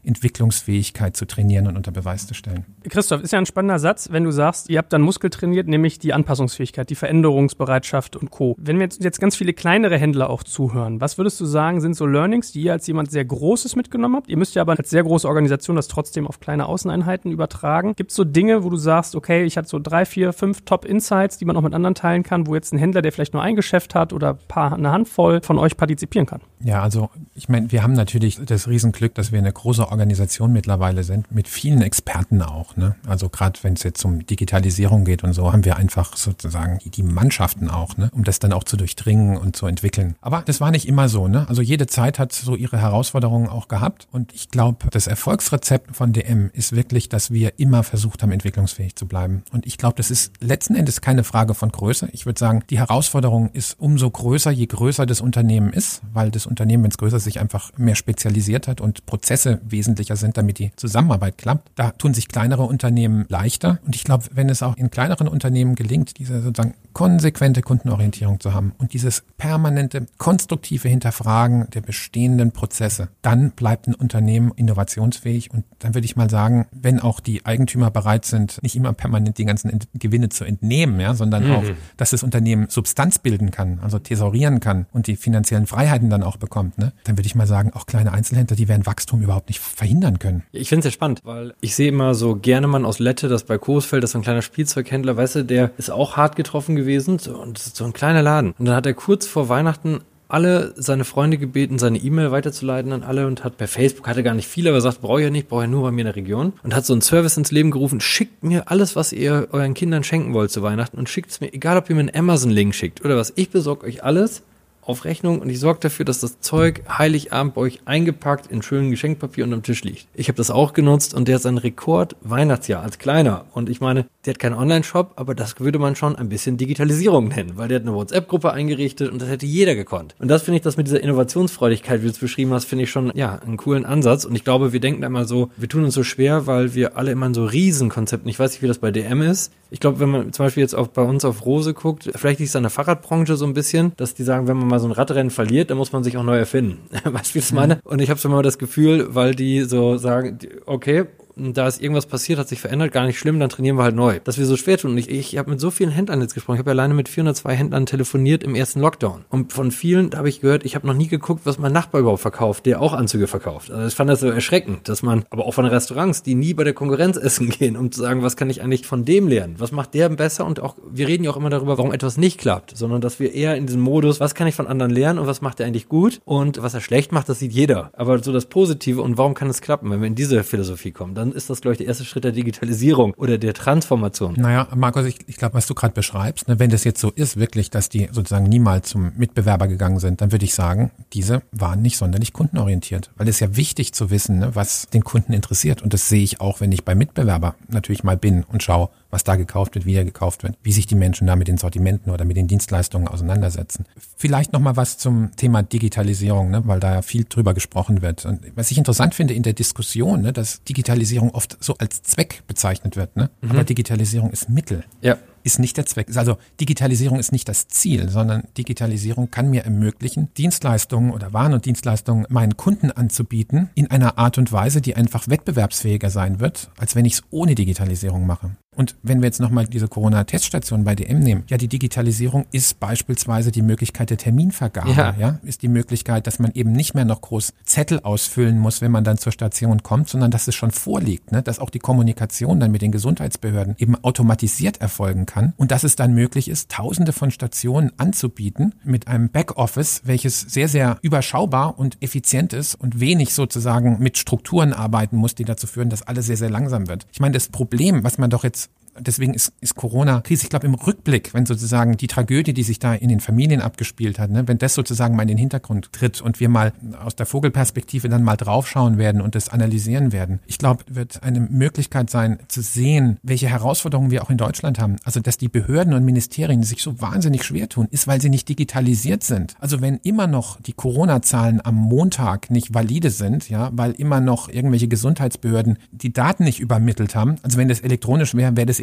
Entwicklungsfähigkeit zu trainieren und unter Beweis zu stellen. Christoph, ist ja ein spannender Satz, wenn du sagst, ihr habt dann Muskel trainiert, nämlich die Anpassungsfähigkeit, die Veränderungsbereitschaft und Co. Wenn wir jetzt ganz viele kleinere Händler auch zuhören, was würdest du sagen, sind so Learnings, die ihr als jemand sehr Großes mitgenommen habt? Ihr müsst ja aber als sehr große Organisation das trotzdem auf kleine Außeneinheiten übertragen. Gibt es so Dinge, wo du sagst, okay, ich hatte so 3, 4, 5 Top-Insights, die man auch mit anderen teilen kann, wo jetzt ein Händler, der vielleicht nur ein Geschäft hat oder eine Handvoll von euch partizipieren kann? Ja, also ich meine, wir haben natürlich das Riesenglück, dass wir eine große Organisation mittlerweile sind, mit vielen Experten auch. Ne? Also gerade wenn es jetzt um Digitalisierung geht und so, haben wir einfach sozusagen die Mannschaften auch, ne? Um das dann auch zu durchdringen und zu entwickeln. Aber das war nicht immer so. Ne? Also jede Zeit hat so ihre Herausforderungen auch gehabt. Und ich glaube, das Erfolgsrezept von DM ist wirklich, dass wir immer versucht haben, entwicklungsfähig zu bleiben. Und ich glaube, das ist letzten Endes keine Frage von Größe. Ich würde sagen, die Herausforderung ist umso größer, je größer das Unternehmen ist, weil das Unternehmen, wenn es größer ist, sich einfach mehr spezialisiert hat und Prozesse wesentlicher sind, damit die Zusammenarbeit klappt. Da tun sich kleinere Unternehmen leichter. Und ich glaube, wenn es auch in kleineren Unternehmen gelingt, diese sozusagen konsequente Kundenorientierung zu haben und dieses permanente, konstruktive Hinterfragen der bestehenden Prozesse, dann bleibt ein Unternehmen innovationsfähig. Und dann würde ich mal sagen, wenn auch die Eigentümer bereit sind, nicht immer permanent die ganzen Gewinne zu entnehmen, ja, sondern auch, dass das Unternehmen Substanz bilden kann, also thesaurieren kann und die finanziellen Freiheiten dann auch bekommt, ne, dann würde ich mal sagen, auch kleine Einzelhändler, die werden Wachstum überhaupt nicht verhindern können. Ich finde es ja spannend, weil ich sehe immer so Gernemann aus Lette, das bei Coesfeld, das ist so ein kleiner Spielzeughändler, weißt du, der ist auch hart getroffen gewesen und das ist so ein kleiner Laden. Und dann hat er kurz vor Weihnachten alle seine Freunde gebeten, seine E-Mail weiterzuleiten an alle und hat per Facebook, hatte gar nicht viel, aber sagt, brauche ich ja nicht, brauche ich nur bei mir in der Region und hat so einen Service ins Leben gerufen, schickt mir alles, was ihr euren Kindern schenken wollt zu Weihnachten und schickt es mir, egal ob ihr mir einen Amazon-Link schickt oder was, ich besorge euch alles auf Rechnung und ich sorge dafür, dass das Zeug Heiligabend bei euch eingepackt in schönem Geschenkpapier unterm Tisch liegt. Ich habe das auch genutzt und der hat seinen Rekord-Weihnachtsjahr als kleiner. Und ich meine, der hat keinen Online-Shop, aber das würde man schon ein bisschen Digitalisierung nennen, weil der hat eine WhatsApp-Gruppe eingerichtet und das hätte jeder gekonnt. Und das finde ich, das mit dieser Innovationsfreudigkeit, wie du es beschrieben hast, finde ich schon, ja, einen coolen Ansatz. Und ich glaube, wir denken immer so, wir tun uns so schwer, weil wir alle immer in so Riesenkonzepten, ich weiß nicht, wie das bei DM ist. Ich glaube, wenn man zum Beispiel jetzt auch bei uns auf Rose guckt, vielleicht liegt es an der Fahrradbranche so ein bisschen, dass die sagen, wenn man mal so ein Radrennen verliert, dann muss man sich auch neu erfinden. Weißt du, wie ich das meine? Und ich habe so immer das Gefühl, weil die so sagen, okay, da ist irgendwas passiert, hat sich verändert, gar nicht schlimm, dann trainieren wir halt neu. Dass wir so schwer tun. Und ich habe mit so vielen Händlern jetzt gesprochen. Ich habe alleine mit 402 Händlern telefoniert im ersten Lockdown. Und von vielen, da habe ich gehört, ich habe noch nie geguckt, was mein Nachbar überhaupt verkauft, der auch Anzüge verkauft. Also ich fand das so erschreckend, dass man, aber auch von Restaurants, die nie bei der Konkurrenz essen gehen, um zu sagen, was kann ich eigentlich von dem lernen? Was macht der besser? Und auch, wir reden ja auch immer darüber, warum etwas nicht klappt, sondern dass wir eher in diesem Modus, was kann ich von anderen lernen und was macht er eigentlich gut? Und was er schlecht macht, das sieht jeder. Aber so das Positive und warum kann es klappen, wenn wir in diese Philosophie kommen, dann ist das, glaube ich, der erste Schritt der Digitalisierung oder der Transformation. Naja, Markus, ich glaube, was du gerade beschreibst, ne, wenn das jetzt so ist, wirklich, dass die sozusagen niemals zum Mitbewerber gegangen sind, dann würde ich sagen, diese waren nicht sonderlich kundenorientiert. Weil es ist ja wichtig zu wissen, ne, was den Kunden interessiert. Und das sehe ich auch, wenn ich bei Mitbewerber natürlich mal bin und schaue, was da gekauft wird, wie er gekauft wird, wie sich die Menschen da mit den Sortimenten oder mit den Dienstleistungen auseinandersetzen. Vielleicht nochmal was zum Thema Digitalisierung, ne, weil da ja viel drüber gesprochen wird. Und was ich interessant finde in der Diskussion, ne, dass Digitalisierung oft so als Zweck bezeichnet wird, ne? Aber Digitalisierung ist Mittel. Ja. Ist nicht der Zweck. Also Digitalisierung ist nicht das Ziel, sondern Digitalisierung kann mir ermöglichen, Dienstleistungen oder Waren und Dienstleistungen meinen Kunden anzubieten in einer Art und Weise, die einfach wettbewerbsfähiger sein wird, als wenn ich es ohne Digitalisierung mache. Und wenn wir jetzt nochmal diese Corona-Teststation bei DM nehmen, ja, die Digitalisierung ist beispielsweise die Möglichkeit der Terminvergabe, ja, ist die Möglichkeit, dass man eben nicht mehr noch groß Zettel ausfüllen muss, wenn man dann zur Station kommt, sondern dass es schon vorliegt, ne, dass auch die Kommunikation dann mit den Gesundheitsbehörden eben automatisiert erfolgen kann und dass es dann möglich ist, Tausende von Stationen anzubieten mit einem Backoffice, welches sehr, sehr überschaubar und effizient ist und wenig sozusagen mit Strukturen arbeiten muss, die dazu führen, dass alles sehr, sehr langsam wird. Ich meine, das Problem, was man doch jetzt deswegen ist Corona-Krise, ich glaube im Rückblick, wenn sozusagen die Tragödie, die sich da in den Familien abgespielt hat, ne, wenn das sozusagen mal in den Hintergrund tritt und wir mal aus der Vogelperspektive dann mal draufschauen werden und das analysieren werden, ich glaube, wird eine Möglichkeit sein, zu sehen, welche Herausforderungen wir auch in Deutschland haben. Also, dass die Behörden und Ministerien sich so wahnsinnig schwer tun, ist, weil sie nicht digitalisiert sind. Also, wenn immer noch die Corona-Zahlen am Montag nicht valide sind, ja, weil immer noch irgendwelche Gesundheitsbehörden die Daten nicht übermittelt haben, also wenn das elektronisch wäre, wäre das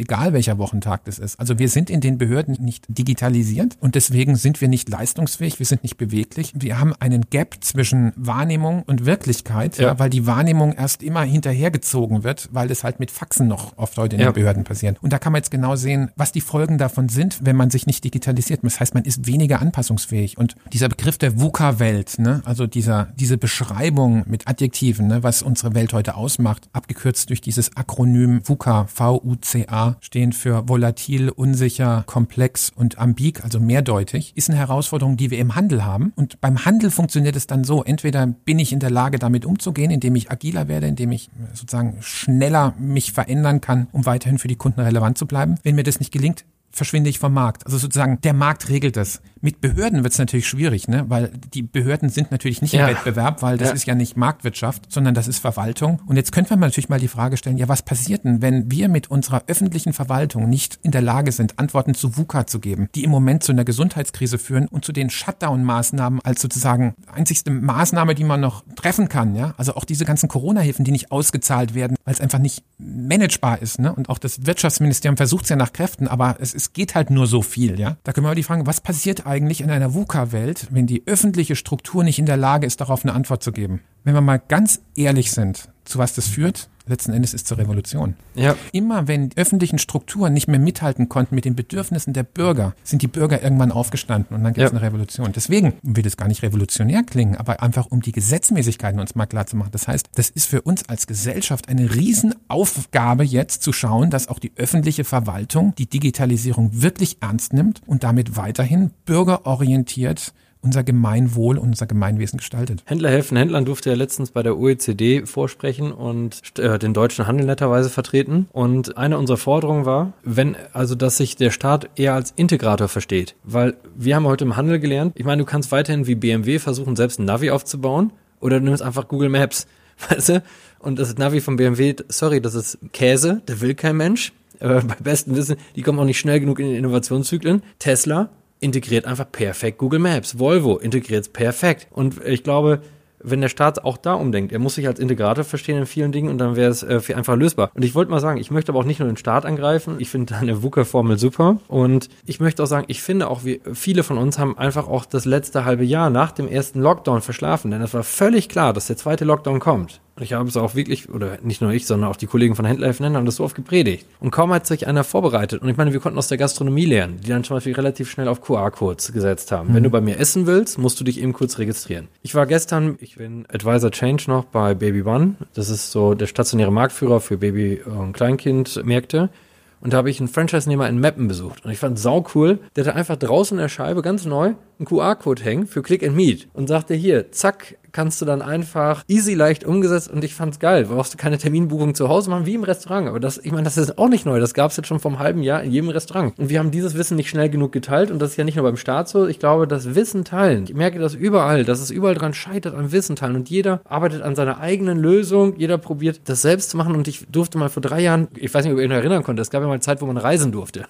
egal welcher Wochentag das ist. Also wir sind in den Behörden nicht digitalisiert und deswegen sind wir nicht leistungsfähig, wir sind nicht beweglich. Wir haben einen Gap zwischen Wahrnehmung und Wirklichkeit, weil die Wahrnehmung erst immer hinterhergezogen wird, weil das halt mit Faxen noch oft heute in den Behörden passiert. Und da kann man jetzt genau sehen, was die Folgen davon sind, wenn man sich nicht digitalisiert. Das heißt, man ist weniger anpassungsfähig. Und dieser Begriff der VUCA-Welt, ne, also diese Beschreibung mit Adjektiven, ne, was unsere Welt heute ausmacht, abgekürzt durch dieses Akronym VUCA, V-U-C-A, stehen für volatil, unsicher, komplex und ambig, also mehrdeutig, ist eine Herausforderung, die wir im Handel haben. Und beim Handel funktioniert es dann so, entweder bin ich in der Lage, damit umzugehen, indem ich agiler werde, indem ich sozusagen schneller mich verändern kann, um weiterhin für die Kunden relevant zu bleiben. Wenn mir das nicht gelingt, verschwinde ich vom Markt. Also sozusagen, der Markt regelt das. Mit Behörden wird es natürlich schwierig, ne? Weil die Behörden sind natürlich nicht im Wettbewerb, weil das ist ja nicht Marktwirtschaft, sondern das ist Verwaltung. Und jetzt könnte man natürlich mal die Frage stellen, ja, was passiert denn, wenn wir mit unserer öffentlichen Verwaltung nicht in der Lage sind, Antworten zu VUCA zu geben, die im Moment zu einer Gesundheitskrise führen und zu den Shutdown-Maßnahmen als sozusagen einzigste Maßnahme, die man noch treffen kann, ja? Also auch diese ganzen Corona-Hilfen, die nicht ausgezahlt werden, weil es einfach nicht managebar ist, ne? Und auch das Wirtschaftsministerium versucht es ja nach Kräften, aber es geht halt nur so viel, ja. Da können wir mal die Frage, was passiert eigentlich in einer VUCA-Welt, wenn die öffentliche Struktur nicht in der Lage ist, darauf eine Antwort zu geben? Wenn wir mal ganz ehrlich sind, zu was das führt, letzten Endes ist zur Revolution. Ja. Immer wenn die öffentlichen Strukturen nicht mehr mithalten konnten mit den Bedürfnissen der Bürger, sind die Bürger irgendwann aufgestanden und dann gibt es eine Revolution. Deswegen will das gar nicht revolutionär klingen, aber einfach um die Gesetzmäßigkeiten uns mal klar zu machen. Das heißt, das ist für uns als Gesellschaft eine Riesenaufgabe jetzt zu schauen, dass auch die öffentliche Verwaltung die Digitalisierung wirklich ernst nimmt und damit weiterhin bürgerorientiert unser Gemeinwohl und unser Gemeinwesen gestaltet. Händler helfen Händlern durfte ja letztens bei der OECD vorsprechen und den deutschen Handel netterweise vertreten. Und eine unserer Forderungen war, dass sich der Staat eher als Integrator versteht. Weil wir haben heute im Handel gelernt, ich meine, du kannst weiterhin wie BMW versuchen, selbst ein Navi aufzubauen oder du nimmst einfach Google Maps, weißt du? Und das Navi von BMW, sorry, das ist Käse, der will kein Mensch. Bei bestem Wissen, die kommen auch nicht schnell genug in den Innovationszyklen. Tesla integriert einfach perfekt Google Maps. Volvo integriert es perfekt. Und ich glaube, wenn der Staat auch da umdenkt, er muss sich als Integrator verstehen in vielen Dingen und dann wäre es viel einfacher lösbar. Und ich wollte mal sagen, ich möchte aber auch nicht nur den Staat angreifen. Ich finde eine VUCA-Formel super. Und ich möchte auch sagen, ich finde auch, viele von uns haben einfach auch das letzte halbe Jahr nach dem ersten Lockdown verschlafen. Denn es war völlig klar, dass der zweite Lockdown kommt. Und ich habe es auch wirklich, oder nicht nur ich, sondern auch die Kollegen von Händler helfen Händlern haben das so oft gepredigt. Und kaum hat sich einer vorbereitet. Und ich meine, wir konnten aus der Gastronomie lernen, die dann zum Beispiel relativ schnell auf QR-Codes gesetzt haben. Wenn du bei mir essen willst, musst du dich eben kurz registrieren. Ich war gestern, ich bin Advisor Change noch bei Baby One. Das ist so der stationäre Marktführer für Baby- und Kleinkindmärkte. Und da habe ich einen Franchise-Nehmer in Meppen besucht. Und ich fand es sau cool. Der hatte einfach draußen in der Scheibe ganz neu einen QR-Code hängen für Click and Meet. Und sagte hier, zack, kannst du dann einfach easy leicht umgesetzt. Und ich fand's geil. Brauchst du keine Terminbuchung zu Hause machen, wie im Restaurant. Aber das ist auch nicht neu. Das gab's jetzt schon vor einem halben Jahr in jedem Restaurant. Und wir haben dieses Wissen nicht schnell genug geteilt. Und das ist ja nicht nur beim Staat so. Ich glaube, das Wissen teilen. Ich merke das überall, dass es überall dran scheitert am Wissen teilen. Und jeder arbeitet an seiner eigenen Lösung. Jeder probiert, das selbst zu machen. Und ich durfte mal vor 3 Jahren, ich weiß nicht, ob ihr euch noch erinnern könnt, es gab ja mal eine Zeit, wo man reisen durfte.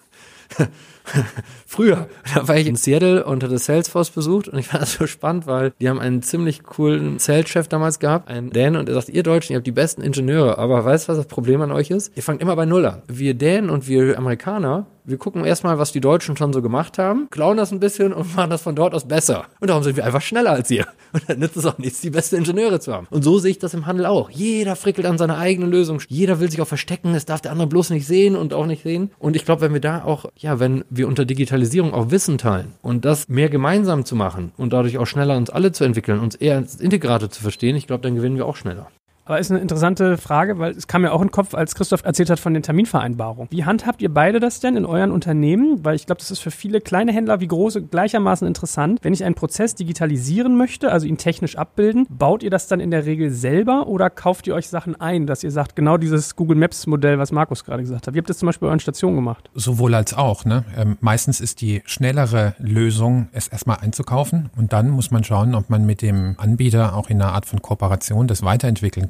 Früher, da war ich in Seattle und hatte Salesforce besucht und ich fand das so spannend, weil die haben einen ziemlich coolen Sales-Chef damals gehabt, einen Dänen, und er sagt, ihr Deutschen, ihr habt die besten Ingenieure, aber weißt du, was das Problem an euch ist? Ihr fangt immer bei Null an. Wir Dänen und wir Amerikaner, wir gucken erstmal, was die Deutschen schon so gemacht haben, klauen das ein bisschen und machen das von dort aus besser. Und darum sind wir einfach schneller als ihr. Und dann nützt es auch nichts, die besten Ingenieure zu haben. Und so sehe ich das im Handel auch. Jeder frickelt an seiner eigenen Lösung. Jeder will sich auch verstecken, das darf der andere bloß nicht sehen und auch nicht sehen. Und ich glaube, wenn wir da auch, wenn wir unter Digitalisierung auch Wissen teilen und das mehr gemeinsam zu machen und dadurch auch schneller uns alle zu entwickeln, uns eher als Integrator zu verstehen, ich glaube, dann gewinnen wir auch schneller. Aber ist eine interessante Frage, weil es kam mir auch in den Kopf, als Christoph erzählt hat von den Terminvereinbarungen. Wie handhabt ihr beide das denn in euren Unternehmen? Weil ich glaube, das ist für viele kleine Händler wie große gleichermaßen interessant. Wenn ich einen Prozess digitalisieren möchte, also ihn technisch abbilden, baut ihr das dann in der Regel selber oder kauft ihr euch Sachen ein, dass ihr sagt, genau dieses Google Maps Modell, was Markus gerade gesagt hat. Wie habt ihr das zum Beispiel bei euren Stationen gemacht? Sowohl als auch, ne? Meistens ist die schnellere Lösung, es erstmal einzukaufen und dann muss man schauen, ob man mit dem Anbieter auch in einer Art von Kooperation das weiterentwickeln kann.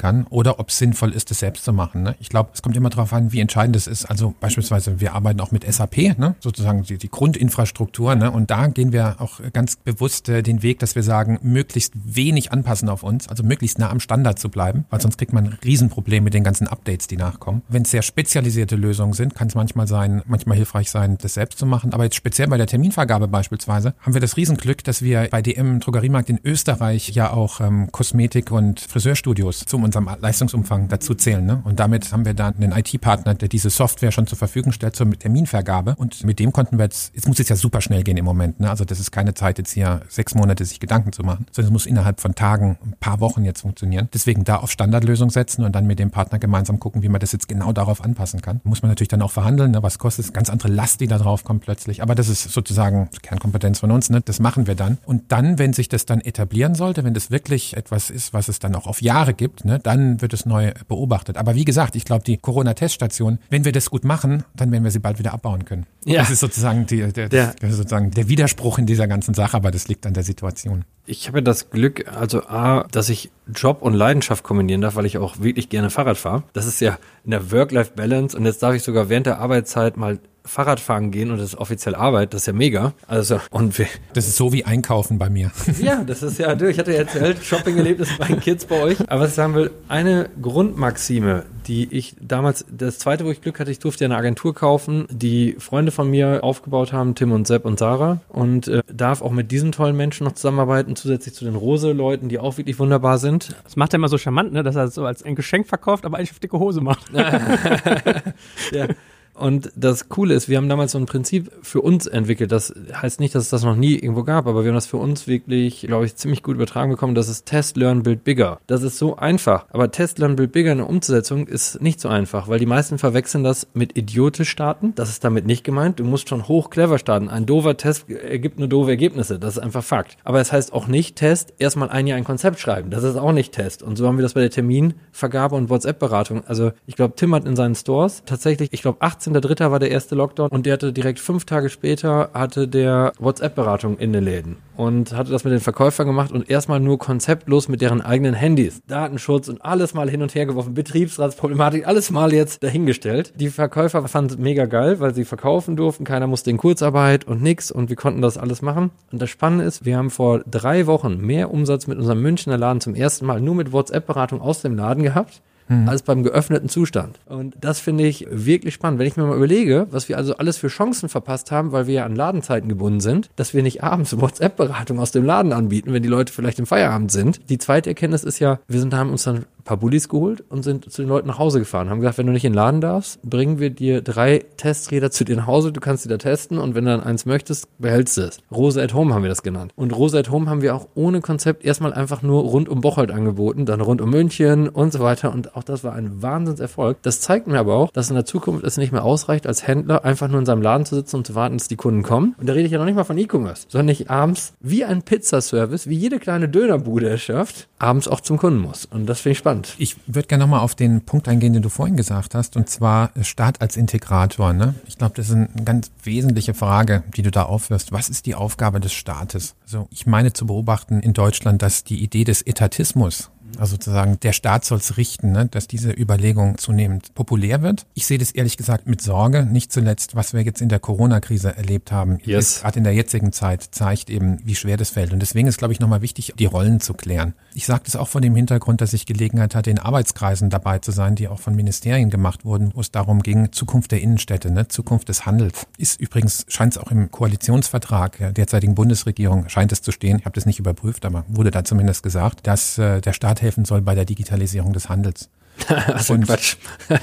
kann oder ob es sinnvoll ist, das selbst zu machen. Ne? Ich glaube, es kommt immer darauf an, wie entscheidend es ist. Also beispielsweise, wir arbeiten auch mit SAP, ne? Sozusagen die Grundinfrastruktur. Ne? Und da gehen wir auch ganz bewusst den Weg, dass wir sagen, möglichst wenig anpassen auf uns, also möglichst nah am Standard zu bleiben, weil sonst kriegt man ein Riesenproblem mit den ganzen Updates, die nachkommen. Wenn es sehr spezialisierte Lösungen sind, kann es manchmal hilfreich sein, das selbst zu machen. Aber jetzt speziell bei der Terminvergabe beispielsweise haben wir das Riesenglück, dass wir bei DM Drogeriemarkt in Österreich ja auch Kosmetik- und Friseurstudios zu unserem Leistungsumfang dazu zählen. Ne? Und damit haben wir da einen IT-Partner, der diese Software schon zur Verfügung stellt zur Terminvergabe. Und mit dem konnten wir jetzt muss es ja super schnell gehen im Moment. Ne? Also das ist keine Zeit, jetzt hier 6 Monate sich Gedanken zu machen, sondern es muss innerhalb von Tagen, ein paar Wochen jetzt funktionieren. Deswegen da auf Standardlösung setzen und dann mit dem Partner gemeinsam gucken, wie man das jetzt genau darauf anpassen kann. Muss man natürlich dann auch verhandeln, ne? Was kostet es? Ganz andere Last, die da drauf kommt plötzlich. Aber das ist sozusagen Kernkompetenz von uns. Ne? Das machen wir dann. Und dann, wenn sich das dann etablieren sollte, wenn das wirklich etwas ist, was es dann auch auf Jahre gibt, ne, dann wird es neu beobachtet. Aber wie gesagt, ich glaube, die Corona-Teststation, wenn wir das gut machen, dann werden wir sie bald wieder abbauen können. Ja. Das ist sozusagen der Widerspruch in dieser ganzen Sache, aber das liegt an der Situation. Ich habe das Glück, also dass ich Job und Leidenschaft kombinieren darf, weil ich auch wirklich gerne Fahrrad fahre. Das ist ja in der Work-Life-Balance und jetzt darf ich sogar während der Arbeitszeit mal Fahrrad fahren gehen und das ist offiziell Arbeit, das ist ja mega. Also das ist so wie Einkaufen bei mir. Ja, das ist ja, ich hatte ja erzählt, Shopping-Erlebnis bei den Kids bei euch. Aber was ich sagen will, eine Grundmaxime, die ich damals, das zweite, wo ich Glück hatte, ich durfte ja eine Agentur kaufen, die Freunde von mir aufgebaut haben, Tim und Sepp und Sarah, und darf auch mit diesen tollen Menschen noch zusammenarbeiten, zusätzlich zu den Rose-Leuten, die auch wirklich wunderbar sind. Das macht er immer so charmant, ne, dass er es so als ein Geschenk verkauft, aber eigentlich auf dicke Hose macht. Ja. Und das Coole ist, wir haben damals so ein Prinzip für uns entwickelt. Das heißt nicht, dass es das noch nie irgendwo gab, aber wir haben das für uns wirklich, glaube ich, ziemlich gut übertragen bekommen. Das ist Test, Learn, Build Bigger. Das ist so einfach. Aber Test, Learn, Build Bigger in der Umsetzung ist nicht so einfach, weil die meisten verwechseln das mit idiotisch starten. Das ist damit nicht gemeint. Du musst schon hoch clever starten. Ein doofer Test ergibt nur doofe Ergebnisse. Das ist einfach Fakt. Aber es heißt auch nicht Test, erstmal ein Jahr ein Konzept schreiben. Das ist auch nicht Test. Und so haben wir das bei der Terminvergabe und WhatsApp-Beratung. Also ich glaube, Tim hat in seinen Stores tatsächlich, 18.3. war der erste Lockdown und der hatte direkt 5 Tage später hatte der WhatsApp-Beratung in den Läden und hatte das mit den Verkäufern gemacht und erstmal nur konzeptlos mit deren eigenen Handys. Datenschutz und alles mal hin und her geworfen, Betriebsratsproblematik, alles mal jetzt dahingestellt. Die Verkäufer fanden es mega geil, weil sie verkaufen durften, keiner musste in Kurzarbeit und nix und wir konnten das alles machen. Und das Spannende ist, wir haben vor 3 Wochen mehr Umsatz mit unserem Münchner Laden zum ersten Mal nur mit WhatsApp-Beratung aus dem Laden gehabt. Als beim geöffneten Zustand. Und das finde ich wirklich spannend. Wenn ich mir mal überlege, was wir also alles für Chancen verpasst haben, weil wir ja an Ladenzeiten gebunden sind, dass wir nicht abends WhatsApp-Beratung aus dem Laden anbieten, wenn die Leute vielleicht im Feierabend sind. Die zweite Erkenntnis ist ja, haben uns dann ein paar Bullis geholt und sind zu den Leuten nach Hause gefahren. Haben gesagt, wenn du nicht in den Laden darfst, bringen wir dir 3 Testräder zu dir nach Hause, du kannst sie da testen und wenn du dann eins möchtest, behältst du es. Rose at Home haben wir das genannt. Und Rose at Home haben wir auch ohne Konzept erstmal einfach nur rund um Bocholt angeboten, dann rund um München und so weiter und auch das war ein Wahnsinnserfolg. Das zeigt mir aber auch, dass in der Zukunft es nicht mehr ausreicht, als Händler einfach nur in seinem Laden zu sitzen und zu warten, dass die Kunden kommen. Und da rede ich ja noch nicht mal von E-Commerce, sondern ich abends wie ein Pizzaservice, wie jede kleine Dönerbude es schafft, abends auch zum Kunden muss. Und das finde ich spannend. Ich würde gerne nochmal auf den Punkt eingehen, den du vorhin gesagt hast, und zwar Staat als Integrator. Ne? Ich glaube, das ist eine ganz wesentliche Frage, die du da aufwirfst. Was ist die Aufgabe des Staates? Also ich meine zu beobachten in Deutschland, dass die Idee des Etatismus, also sozusagen der Staat soll es richten, ne, dass diese Überlegung zunehmend populär wird. Ich sehe das ehrlich gesagt mit Sorge, nicht zuletzt, was wir jetzt in der Corona-Krise erlebt haben. Yes. Gerade in der jetzigen Zeit zeigt eben, wie schwer das fällt. Und deswegen ist, glaube ich, nochmal wichtig, die Rollen zu klären. Ich sage das auch vor dem Hintergrund, dass ich Gelegenheit hatte, in Arbeitskreisen dabei zu sein, die auch von Ministerien gemacht wurden, wo es darum ging, Zukunft der Innenstädte, ne, Zukunft des Handels. Ist übrigens, scheint es auch im Koalitionsvertrag der derzeitigen Bundesregierung, scheint es zu stehen, ich habe das nicht überprüft, aber wurde da zumindest gesagt, dass der Staat helfen soll bei der Digitalisierung des Handels. Also Quatsch.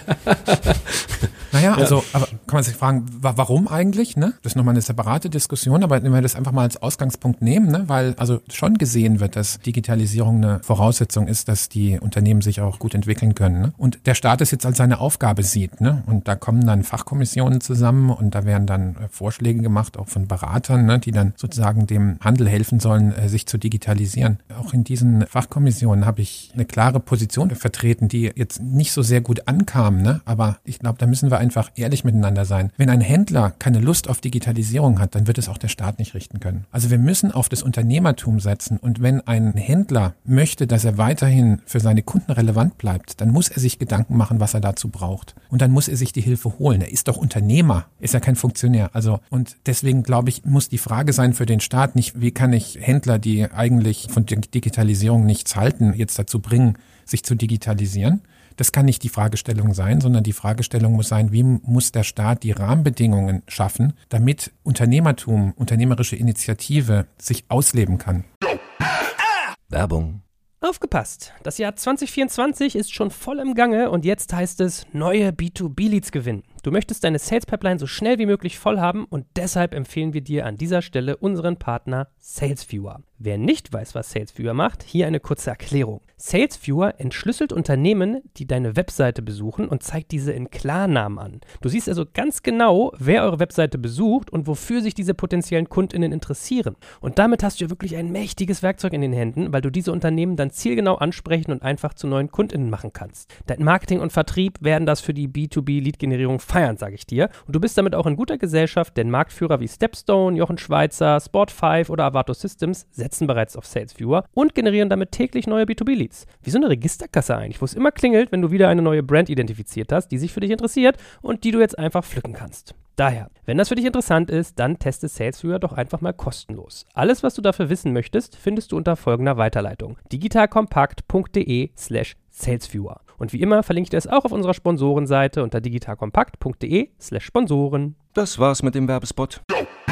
Naja, also, aber kann man sich fragen, warum eigentlich, ne? Das ist nochmal eine separate Diskussion, aber wenn wir das einfach mal als Ausgangspunkt nehmen, ne? Weil also schon gesehen wird, dass Digitalisierung eine Voraussetzung ist, dass die Unternehmen sich auch gut entwickeln können, ne? Und der Staat es jetzt als seine Aufgabe sieht, ne? Und da kommen dann Fachkommissionen zusammen und da werden dann Vorschläge gemacht, auch von Beratern, ne? Die dann sozusagen dem Handel helfen sollen, sich zu digitalisieren. Auch in diesen Fachkommissionen habe ich eine klare Position vertreten, die jetzt nicht so sehr gut ankam, ne? Aber ich glaube, da müssen wir einfach ehrlich miteinander Händler sein. Wenn ein Händler keine Lust auf Digitalisierung hat, dann wird es auch der Staat nicht richten können. Also wir müssen auf das Unternehmertum setzen und wenn ein Händler möchte, dass er weiterhin für seine Kunden relevant bleibt, dann muss er sich Gedanken machen, was er dazu braucht. Und dann muss er sich die Hilfe holen. Er ist doch Unternehmer, ist ja kein Funktionär. Also, und deswegen glaube ich, muss die Frage sein für den Staat nicht, wie kann ich Händler, die eigentlich von Digitalisierung nichts halten, jetzt dazu bringen, sich zu digitalisieren. Das kann nicht die Fragestellung sein, sondern die Fragestellung muss sein, wie muss der Staat die Rahmenbedingungen schaffen, damit Unternehmertum, unternehmerische Initiative sich ausleben kann. Werbung. Aufgepasst! Das Jahr 2024 ist schon voll im Gange und jetzt heißt es neue B2B-Leads gewinnen. Du möchtest deine Sales-Pipeline so schnell wie möglich voll haben und deshalb empfehlen wir dir an dieser Stelle unseren Partner SalesViewer. Wer nicht weiß, was SalesViewer macht, hier eine kurze Erklärung. SalesViewer entschlüsselt Unternehmen, die deine Webseite besuchen und zeigt diese in Klarnamen an. Du siehst also ganz genau, wer eure Webseite besucht und wofür sich diese potenziellen KundInnen interessieren. Und damit hast du ja wirklich ein mächtiges Werkzeug in den Händen, weil du diese Unternehmen dann zielgenau ansprechen und einfach zu neuen KundInnen machen kannst. Dein Marketing und Vertrieb werden das für die B2B-Lead-Generierung feiern, sage ich dir. Und du bist damit auch in guter Gesellschaft, denn Marktführer wie Stepstone, Jochen Schweizer, Sport5 oder Avato Systems setzen bereits auf SalesViewer und generieren damit täglich neue B2B-Leads. Wie so eine Registerkasse eigentlich, wo es immer klingelt, wenn du wieder eine neue Brand identifiziert hast, die sich für dich interessiert und die du jetzt einfach pflücken kannst. Daher, wenn das für dich interessant ist, dann teste SalesViewer doch einfach mal kostenlos. Alles, was du dafür wissen möchtest, findest du unter folgender Weiterleitung: digitalkompakt.de/SalesViewer. Und wie immer verlinke ich dir es auch auf unserer Sponsorenseite unter digitalkompakt.de/Sponsoren. Das war's mit dem Werbespot.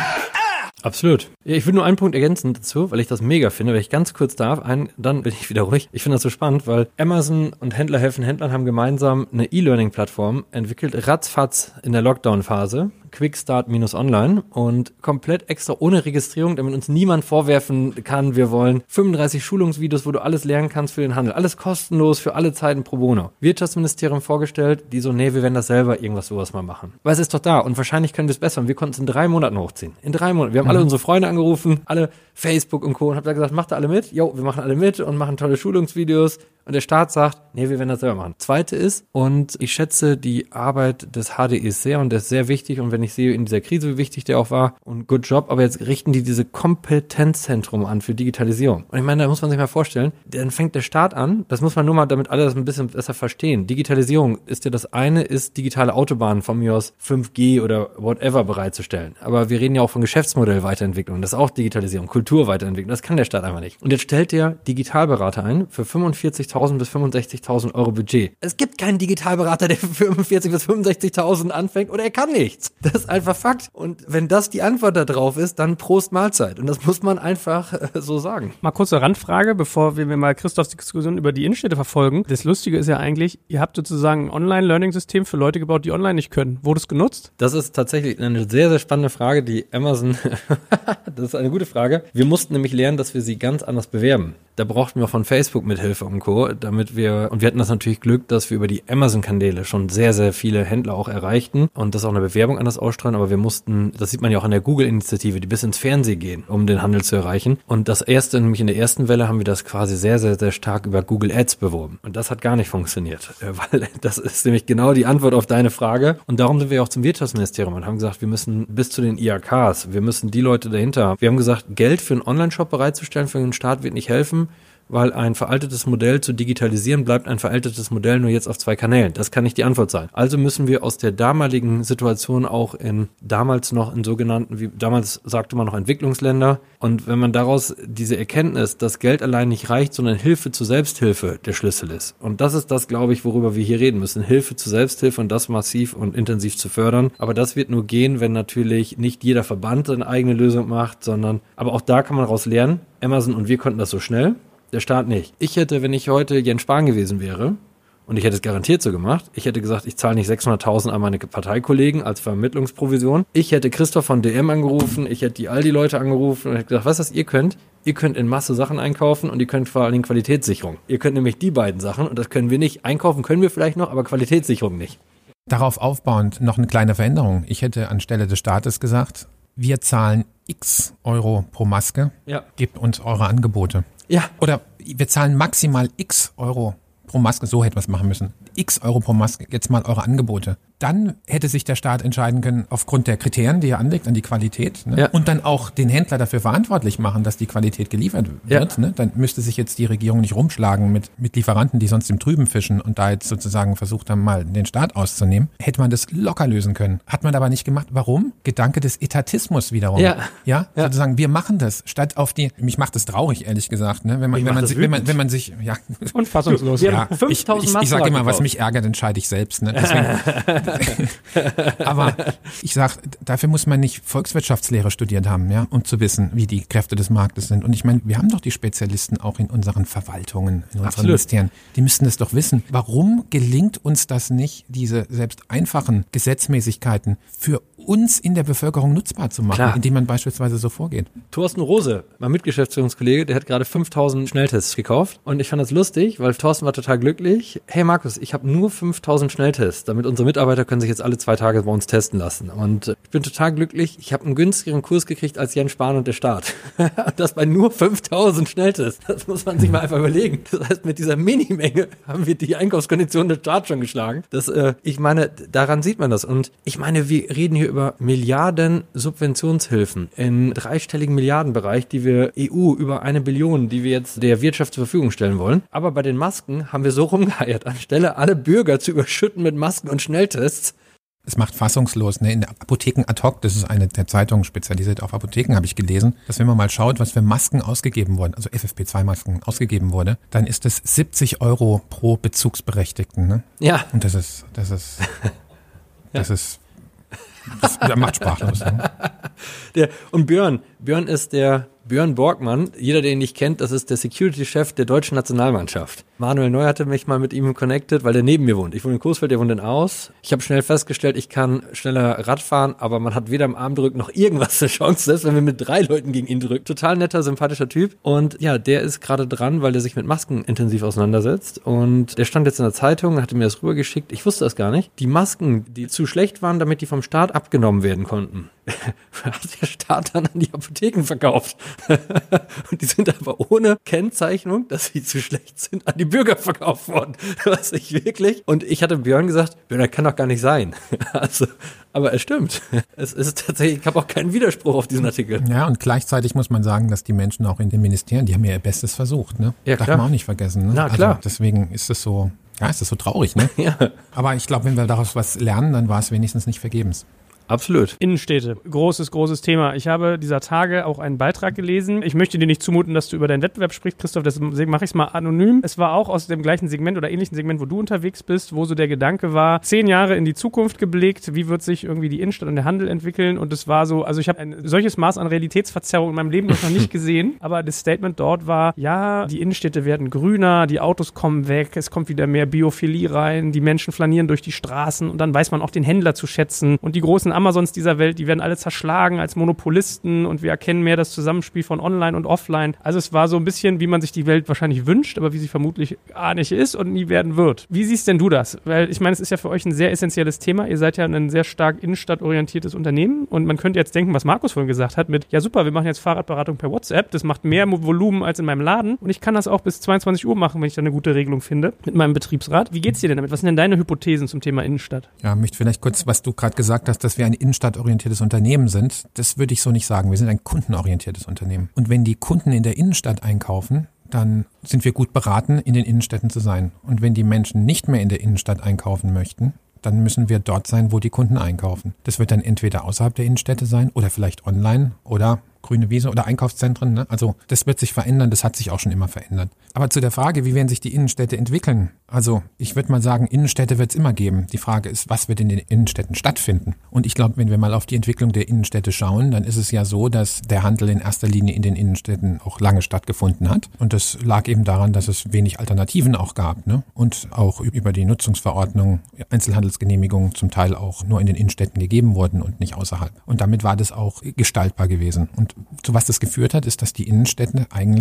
Absolut. Ich will nur einen Punkt ergänzen dazu, weil ich das mega finde, wenn ich ganz kurz darf, dann bin ich wieder ruhig. Ich finde das so spannend, weil Amazon und Händler helfen Händlern haben gemeinsam eine E-Learning-Plattform entwickelt, ratzfatz in der Lockdown-Phase, Quickstart-Online und komplett extra ohne Registrierung, damit uns niemand vorwerfen kann, wir wollen 35 Schulungsvideos, wo du alles lernen kannst für den Handel. Alles kostenlos für alle Zeiten pro bono. Wirtschaftsministerium vorgestellt, die so, nee, wir werden das selber irgendwas sowas mal machen. Weil es ist doch da und wahrscheinlich können wir es besser und wir konnten es in 3 Monaten hochziehen. In 3 Monaten. Wir haben alle unsere Freunde angerufen, alle Facebook und Co. und hab da gesagt, macht ihr alle mit? Jo, wir machen alle mit und machen tolle Schulungsvideos. Und der Staat sagt, nee, wir werden das selber machen. Zweite ist, und ich schätze die Arbeit des HDEs sehr und der ist sehr wichtig und wenn ich sehe in dieser Krise, wie wichtig der auch war und good job, aber jetzt richten die diese Kompetenzzentrum an für Digitalisierung. Und ich meine, da muss man sich mal vorstellen, dann fängt der Staat an, das muss man nur mal, damit alle das ein bisschen besser verstehen. Digitalisierung ist ja das eine, ist digitale Autobahnen von mir aus 5G oder whatever bereitzustellen. Aber wir reden ja auch von Geschäftsmodellweiterentwicklung, das ist auch Digitalisierung, Kulturweiterentwicklung, das kann der Staat einfach nicht. Und jetzt stellt der Digitalberater ein für 45.000 bis 65.000 Euro Budget. Es gibt keinen Digitalberater, der für 45.000 bis 65.000 anfängt oder er kann nichts. Das ist einfach Fakt. Und wenn das die Antwort da drauf ist, dann Prost Mahlzeit. Und das muss man einfach so sagen. Mal kurze Randfrage, bevor wir mal Christophs Diskussion über die Innenstädte verfolgen. Das Lustige ist ja eigentlich, ihr habt sozusagen ein Online-Learning-System für Leute gebaut, die online nicht können. Wurde es genutzt? Das ist tatsächlich eine sehr, sehr spannende Frage, die Amazon, das ist eine gute Frage. Wir mussten nämlich lernen, dass wir sie ganz anders bewerben. Da brauchten wir von Facebook Mithilfe und Co., und wir hatten das natürlich Glück, dass wir über die Amazon-Kanäle schon sehr, sehr viele Händler auch erreichten und das auch eine Bewerbung anders ausstrahlen, aber wir mussten, das sieht man ja auch an der Google-Initiative, die bis ins Fernsehen gehen, um den Handel zu erreichen. Und das erste, nämlich in der ersten Welle, haben wir das quasi sehr, sehr, sehr stark über Google Ads beworben. Und das hat gar nicht funktioniert, weil das ist nämlich genau die Antwort auf deine Frage. Und darum sind wir auch zum Wirtschaftsministerium und haben gesagt, wir müssen bis zu den IHKs, wir müssen die Leute dahinter haben. Wir haben gesagt, Geld für einen Online-Shop bereitzustellen für den Staat wird nicht helfen, weil ein veraltetes Modell zu digitalisieren bleibt ein veraltetes Modell nur jetzt auf 2 Kanälen. Das kann nicht die Antwort sein. Also müssen wir aus der damaligen Situation auch damals noch in sogenannten, wie damals sagte man noch Entwicklungsländer. Und wenn man daraus diese Erkenntnis, dass Geld allein nicht reicht, sondern Hilfe zur Selbsthilfe der Schlüssel ist. Und das ist das, glaube ich, worüber wir hier reden müssen. Hilfe zur Selbsthilfe und das massiv und intensiv zu fördern. Aber das wird nur gehen, wenn natürlich nicht jeder Verband eine eigene Lösung macht, aber auch da kann man daraus lernen. Amazon und wir konnten das so schnell. Der Staat nicht. Ich hätte, wenn ich heute Jens Spahn gewesen wäre, und ich hätte es garantiert so gemacht, ich hätte gesagt, ich zahle nicht 600.000 an meine Parteikollegen als Vermittlungsprovision. Ich hätte Christoph von DM angerufen, ich hätte die Aldi-Leute angerufen und hätte gesagt, was ihr könnt? Ihr könnt in Masse Sachen einkaufen und ihr könnt vor allen Dingen Qualitätssicherung. Ihr könnt nämlich die beiden Sachen und das können wir nicht. Einkaufen können wir vielleicht noch, aber Qualitätssicherung nicht. Darauf aufbauend noch eine kleine Veränderung. Ich hätte anstelle des Staates gesagt, wir zahlen x Euro pro Maske, gebt uns eure Angebote. Ja. Oder wir zahlen maximal x Euro pro Maske, so hätte man es machen müssen. X Euro pro Maske, jetzt mal eure Angebote. Dann hätte sich der Staat entscheiden können, aufgrund der Kriterien, die er anlegt, an die Qualität, ne? Ja. Und dann auch den Händler dafür verantwortlich machen, dass die Qualität geliefert wird. Ja. Ne? Dann müsste sich jetzt die Regierung nicht rumschlagen mit Lieferanten, die sonst im Trüben fischen und da jetzt sozusagen versucht haben, mal den Staat auszunehmen. Hätte man das locker lösen können. Hat man aber nicht gemacht. Warum? Gedanke des Etatismus wiederum. Ja, sozusagen, wir machen das, statt auf die, mich macht das traurig, ehrlich gesagt, ne? Wenn man sich, ja. Und fassungslos. Wir Ja, haben 5000 Masken ich sage immer, was gekauft. mich ärgert, entscheide ich selbst. Ne? Deswegen, aber ich sage, dafür muss man nicht Volkswirtschaftslehre studiert haben, ja, um zu wissen, wie die Kräfte des Marktes sind. Und ich meine, wir haben doch die Spezialisten auch in unseren Verwaltungen, in unseren Ministerien. Die müssten das doch wissen. Warum gelingt uns das nicht, diese selbst einfachen Gesetzmäßigkeiten für uns in der Bevölkerung nutzbar zu machen, Klar. indem man beispielsweise so vorgeht? Thorsten Rose, mein Mitgeschäftsführungskollege, der hat gerade 5000 Schnelltests gekauft und ich fand das lustig, weil Thorsten war total glücklich. Hey Markus, ich habe nur 5000 Schnelltests, damit unsere Mitarbeiter können sich jetzt alle 2 Tage bei uns testen lassen. Und ich bin total glücklich. Ich habe einen günstigeren Kurs gekriegt als Jens Spahn und der Staat. Das bei nur 5000 Schnelltests. Das muss man sich mal einfach überlegen. Das heißt, mit dieser Minimenge haben wir die Einkaufskonditionen des Staates schon geschlagen. Ich meine, daran sieht man das. Und ich meine, wir reden hier über Milliarden Subventionshilfen in dreistelligen Milliardenbereich, die wir EU über 1 Billion, die wir jetzt der Wirtschaft zur Verfügung stellen wollen. Aber bei den Masken haben wir so rumgeeiert, anstelle alle Bürger zu überschütten mit Masken und Schnelltests. Es macht fassungslos, ne? In der Apotheken ad hoc, das ist eine der Zeitungen spezialisiert auf Apotheken, habe ich gelesen, dass wenn man mal schaut, was für Masken ausgegeben wurden, also FFP2-Masken ausgegeben wurde, dann ist es 70 Euro pro Bezugsberechtigten, ne? Ja. Und das macht sprachlos. Ne? Und Björn ist Björn Borgmann, jeder, den ihn nicht kennt, das ist der Security-Chef der deutschen Nationalmannschaft. Manuel Neuer hatte mich mal mit ihm connected, weil der neben mir wohnt. Ich wohne in Coesfeld, der wohnt in Aus. Ich habe schnell festgestellt, ich kann schneller Rad fahren, aber man hat weder im Armdrück noch irgendwas eine Chance, selbst wenn wir mit 3 Leuten gegen ihn drücken. Total netter, sympathischer Typ. Und ja, der ist gerade dran, weil der sich mit Masken intensiv auseinandersetzt. Und der stand jetzt in der Zeitung, hatte mir das rübergeschickt. Ich wusste das gar nicht. Die Masken, die zu schlecht waren, damit die vom Staat abgenommen werden konnten, hat der Staat dann an die Apotheken verkauft. Und die sind aber ohne Kennzeichnung, dass sie zu schlecht sind, an die Bürger verkauft worden. Was ich wirklich. Und ich hatte Björn gesagt, Björn, das kann doch gar nicht sein. Also, aber es stimmt. Es ist tatsächlich, ich habe auch keinen Widerspruch auf diesen Artikel. Ja, und gleichzeitig muss man sagen, dass die Menschen auch in den Ministerien, die haben ja ihr Bestes versucht, ne? Ja, darf klar. man auch nicht vergessen, ne? Na, klar. Also deswegen ist es so, ja, ist das so traurig, ne? Ja. Aber ich glaube, wenn wir daraus was lernen, dann war es wenigstens nicht vergebens. Absolut. Innenstädte, großes Thema. Ich habe dieser Tage auch einen Beitrag gelesen. Ich möchte dir nicht zumuten, dass du über deinen Wettbewerb sprichst, Christoph, deswegen mache ich es mal anonym. Es war auch aus dem gleichen Segment oder ähnlichen Segment, wo du unterwegs bist, wo so der Gedanke war, 10 Jahre in die Zukunft geblickt, wie wird sich irgendwie die Innenstadt und der Handel entwickeln, und es war so, also ich habe ein solches Maß an Realitätsverzerrung in meinem Leben noch nicht gesehen, aber das Statement dort war, ja, die Innenstädte werden grüner, die Autos kommen weg, es kommt wieder mehr Biophilie rein, die Menschen flanieren durch die Straßen und dann weiß man auch den Händler zu schätzen und die großen Amazons dieser Welt, die werden alle zerschlagen als Monopolisten und wir erkennen mehr das Zusammenspiel von Online und Offline. Also es war so ein bisschen, wie man sich die Welt wahrscheinlich wünscht, aber wie sie vermutlich gar nicht ist und nie werden wird. Wie siehst denn du das? Weil ich meine, es ist ja für euch ein sehr essentielles Thema. Ihr seid ja ein sehr stark innenstadtorientiertes Unternehmen und man könnte jetzt denken, was Markus vorhin gesagt hat mit, ja super, wir machen jetzt Fahrradberatung per WhatsApp, das macht mehr Volumen als in meinem Laden und ich kann das auch bis 22 Uhr machen, wenn ich da eine gute Regelung finde mit meinem Betriebsrat. Wie geht's dir denn damit? Was sind denn deine Hypothesen zum Thema Innenstadt? Ja, möchte vielleicht kurz, was du gerade gesagt hast, dass wir ein innenstadtorientiertes Unternehmen sind, das würde ich so nicht sagen. Wir sind ein kundenorientiertes Unternehmen. Und wenn die Kunden in der Innenstadt einkaufen, dann sind wir gut beraten, in den Innenstädten zu sein. Und wenn die Menschen nicht mehr in der Innenstadt einkaufen möchten, dann müssen wir dort sein, wo die Kunden einkaufen. Das wird dann entweder außerhalb der Innenstädte sein oder vielleicht online oder grüne Wiese oder Einkaufszentren. Ne? Also das wird sich verändern, das hat sich auch schon immer verändert. Aber zu der Frage, wie werden sich die Innenstädte entwickeln? Also ich würde mal sagen, Innenstädte wird es immer geben. Die Frage ist, was wird in den Innenstädten stattfinden? Und ich glaube, wenn wir mal auf die Entwicklung der Innenstädte schauen, dann ist es ja so, dass der Handel in erster Linie in den Innenstädten auch lange stattgefunden hat. Und das lag eben daran, dass es wenig Alternativen auch gab. Ne? Und auch über die Nutzungsverordnung, Einzelhandelsgenehmigungen zum Teil auch nur in den Innenstädten gegeben wurden und nicht außerhalb. Und damit war das auch gestaltbar gewesen. Und zu was das geführt hat, ist, dass die Innenstädte eigentlich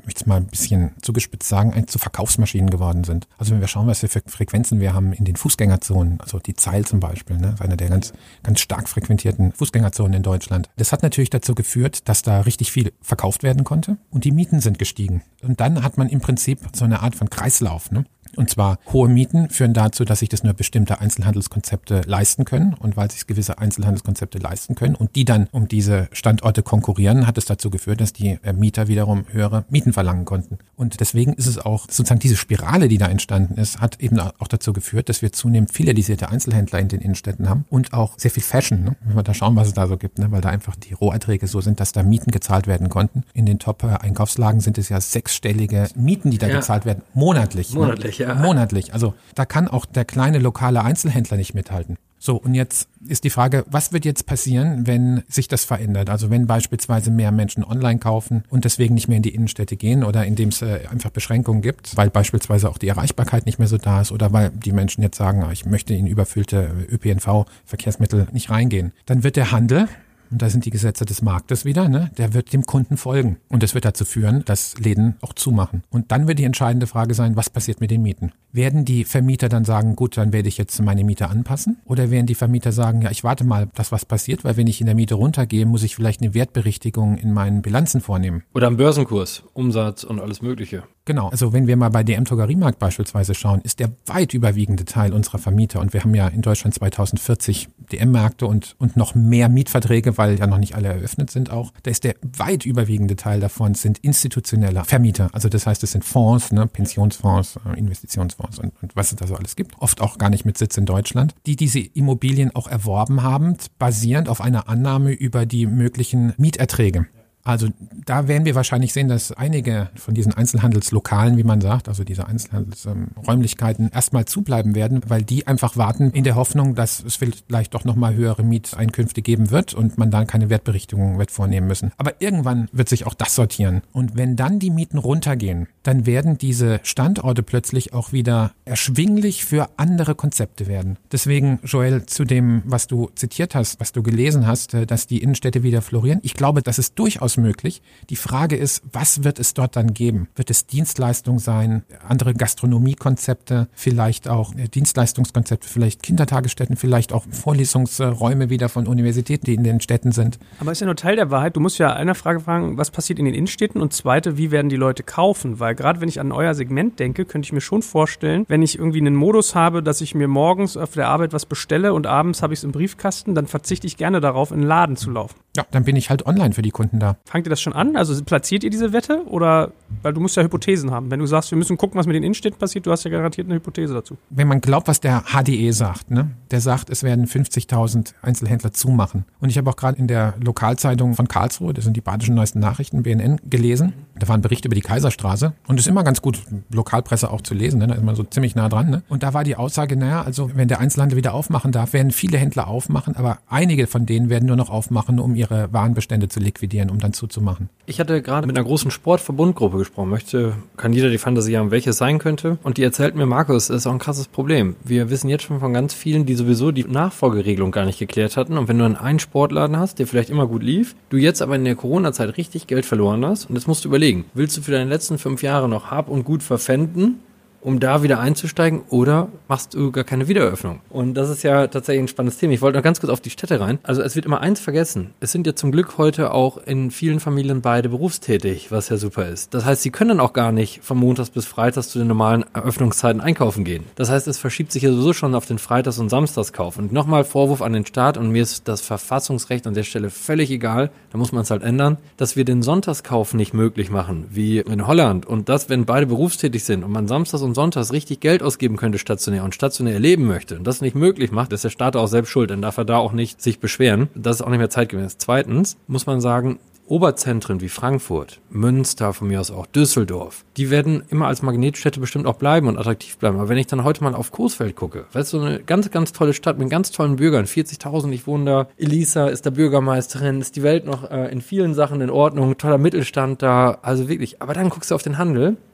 ich möchte es mal ein bisschen zugespitzt sagen, eigentlich zu Verkaufsmaschinen geworden sind. Also wenn wir schauen, was für Frequenzen wir haben in den Fußgängerzonen, also die Zeil zum Beispiel, ne, ist eine der ganz stark frequentierten Fußgängerzonen in Deutschland. Das hat natürlich dazu geführt, dass da richtig viel verkauft werden konnte und die Mieten sind gestiegen. Und dann hat man im Prinzip so eine Art von Kreislauf, ne? Und zwar hohe Mieten führen dazu, dass sich das nur bestimmte Einzelhandelskonzepte leisten können. Und weil sich gewisse Einzelhandelskonzepte leisten können und die dann um diese Standorte konkurrieren, hat es dazu geführt, dass die Mieter wiederum höhere Mieten verlangen konnten. Und deswegen ist es auch sozusagen diese Spirale, die da entstanden ist, hat eben auch dazu geführt, dass wir zunehmend filialisierte Einzelhändler in den Innenstädten haben und auch sehr viel Fashion, ne? Wenn wir da schauen, was es da so gibt, ne? Weil da einfach die Roherträge so sind, dass da Mieten gezahlt werden konnten. In den Top-Einkaufslagen sind es ja 6-stellige Mieten, die da gezahlt werden, monatlich. Monatlich, ne? Monatlich. Also da kann auch der kleine lokale Einzelhändler nicht mithalten. So, und jetzt ist die Frage, was wird jetzt passieren, wenn sich das verändert? Also wenn beispielsweise mehr Menschen online kaufen und deswegen nicht mehr in die Innenstädte gehen oder indem es einfach Beschränkungen gibt, weil beispielsweise auch die Erreichbarkeit nicht mehr so da ist oder weil die Menschen jetzt sagen, ich möchte in überfüllte ÖPNV-Verkehrsmittel nicht reingehen. Dann wird der Handel, und da sind die Gesetze des Marktes wieder, ne? Der wird dem Kunden folgen. Und das wird dazu führen, dass Läden auch zumachen. Und dann wird die entscheidende Frage sein, was passiert mit den Mieten? Werden die Vermieter dann sagen, gut, dann werde ich jetzt meine Miete anpassen? Oder werden die Vermieter sagen, ja, ich warte mal, dass was passiert, weil wenn ich in der Miete runtergehe, muss ich vielleicht eine Wertberichtigung in meinen Bilanzen vornehmen. Oder am Börsenkurs, Umsatz und alles Mögliche. Genau, also wenn wir mal bei DM Drogeriemarkt beispielsweise schauen, ist der weit überwiegende Teil unserer Vermieter, und wir haben ja in Deutschland 2040 DM-Märkte und noch mehr Mietverträge, weil ja noch nicht alle eröffnet sind auch, da ist der weit überwiegende Teil davon sind institutionelle Vermieter. Also das heißt, es sind Fonds, ne, Pensionsfonds, Investitionsfonds und was es da so alles gibt. Oft auch gar nicht mit Sitz in Deutschland, die diese Immobilien auch erworben haben, basierend auf einer Annahme über die möglichen Mieterträge. Also da werden wir wahrscheinlich sehen, dass einige von diesen Einzelhandelslokalen, wie man sagt, also diese Einzelhandelsräumlichkeiten erstmal zubleiben werden, weil die einfach warten in der Hoffnung, dass es vielleicht doch nochmal höhere Mieteinkünfte geben wird und man dann keine Wertberichtigung wird vornehmen müssen. Aber irgendwann wird sich auch das sortieren. Und wenn dann die Mieten runtergehen, dann werden diese Standorte plötzlich auch wieder erschwinglich für andere Konzepte werden. Deswegen, Joel, zu dem, was du zitiert hast, was du gelesen hast, dass die Innenstädte wieder florieren. Ich glaube, das ist durchaus möglich. Die Frage ist, was wird es dort dann geben? Wird es Dienstleistung sein, andere Gastronomiekonzepte, vielleicht auch Dienstleistungskonzepte, vielleicht Kindertagesstätten, vielleicht auch Vorlesungsräume wieder von Universitäten, die in den Städten sind. Aber ist ja nur Teil der Wahrheit. Du musst ja einer Frage fragen, was passiert in den Innenstädten, und zweite, wie werden die Leute kaufen? Weil gerade wenn ich an euer Segment denke, könnte ich mir schon vorstellen, wenn ich irgendwie einen Modus habe, dass ich mir morgens auf der Arbeit was bestelle und abends habe ich es im Briefkasten, dann verzichte ich gerne darauf, in den Laden zu laufen. Ja, dann bin ich halt online für die Kunden da. Fangt ihr das schon an? Also platziert ihr diese Wette? Oder, weil du musst ja Hypothesen haben. Wenn du sagst, wir müssen gucken, was mit den Innenstädten passiert, du hast ja garantiert eine Hypothese dazu. Wenn man glaubt, was der HDE sagt, ne? Der sagt, es werden 50.000 Einzelhändler zumachen. Und ich habe auch gerade in der Lokalzeitung von Karlsruhe, das sind die Badischen Neuesten Nachrichten, BNN, gelesen. Da war ein Bericht über die Kaiserstraße. Und es ist immer ganz gut, Lokalpresse auch zu lesen, ne? Da ist man so ziemlich nah dran. Ne? Und da war die Aussage, naja, also wenn der Einzelhandel wieder aufmachen darf, werden viele Händler aufmachen, aber einige von denen werden nur noch aufmachen, um ihre Warenbestände zu liquidieren, um dann zuzumachen. Ich hatte gerade mit einer großen Sportverbundgruppe gesprochen. Kann jeder die Fantasie haben, welches sein könnte. Und die erzählt mir, Markus, das ist auch ein krasses Problem. Wir wissen jetzt schon von ganz vielen, die sowieso die Nachfolgeregelung gar nicht geklärt hatten. Und wenn du einen Sportladen hast, der vielleicht immer gut lief, du jetzt aber in der Corona-Zeit richtig Geld verloren hast, und jetzt musst du überlegen, willst du für deine letzten 5 Jahre noch Hab und Gut verpfänden, um da wieder einzusteigen, oder machst du gar keine Wiedereröffnung? Und das ist ja tatsächlich ein spannendes Thema. Ich wollte noch ganz kurz auf die Städte rein. Also es wird immer eins vergessen. Es sind ja zum Glück heute auch in vielen Familien beide berufstätig, was ja super ist. Das heißt, sie können dann auch gar nicht von Montags bis Freitags zu den normalen Eröffnungszeiten einkaufen gehen. Das heißt, es verschiebt sich ja sowieso schon auf den Freitags- und Samstagskauf. Und nochmal Vorwurf an den Staat, und mir ist das Verfassungsrecht an der Stelle völlig egal, da muss man es halt ändern, dass wir den Sonntagskauf nicht möglich machen, wie in Holland. Und das, wenn beide berufstätig sind und man samstags und sonntags richtig Geld ausgeben könnte stationär und stationär erleben möchte und das nicht möglich macht, ist der Staat auch selbst schuld, dann darf er da auch nicht sich beschweren. Das ist auch nicht mehr zeitgemäß. Zweitens muss man sagen, Oberzentren wie Frankfurt, Münster, von mir aus auch Düsseldorf, die werden immer als Magnetstädte bestimmt auch bleiben und attraktiv bleiben. Aber wenn ich dann heute mal auf Coesfeld gucke, weißt du, so eine ganz, ganz tolle Stadt mit ganz tollen Bürgern, 40.000, ich wohne da, Elisa ist da Bürgermeisterin, ist die Welt noch in vielen Sachen in Ordnung, toller Mittelstand da, also wirklich. Aber dann guckst du auf den Handel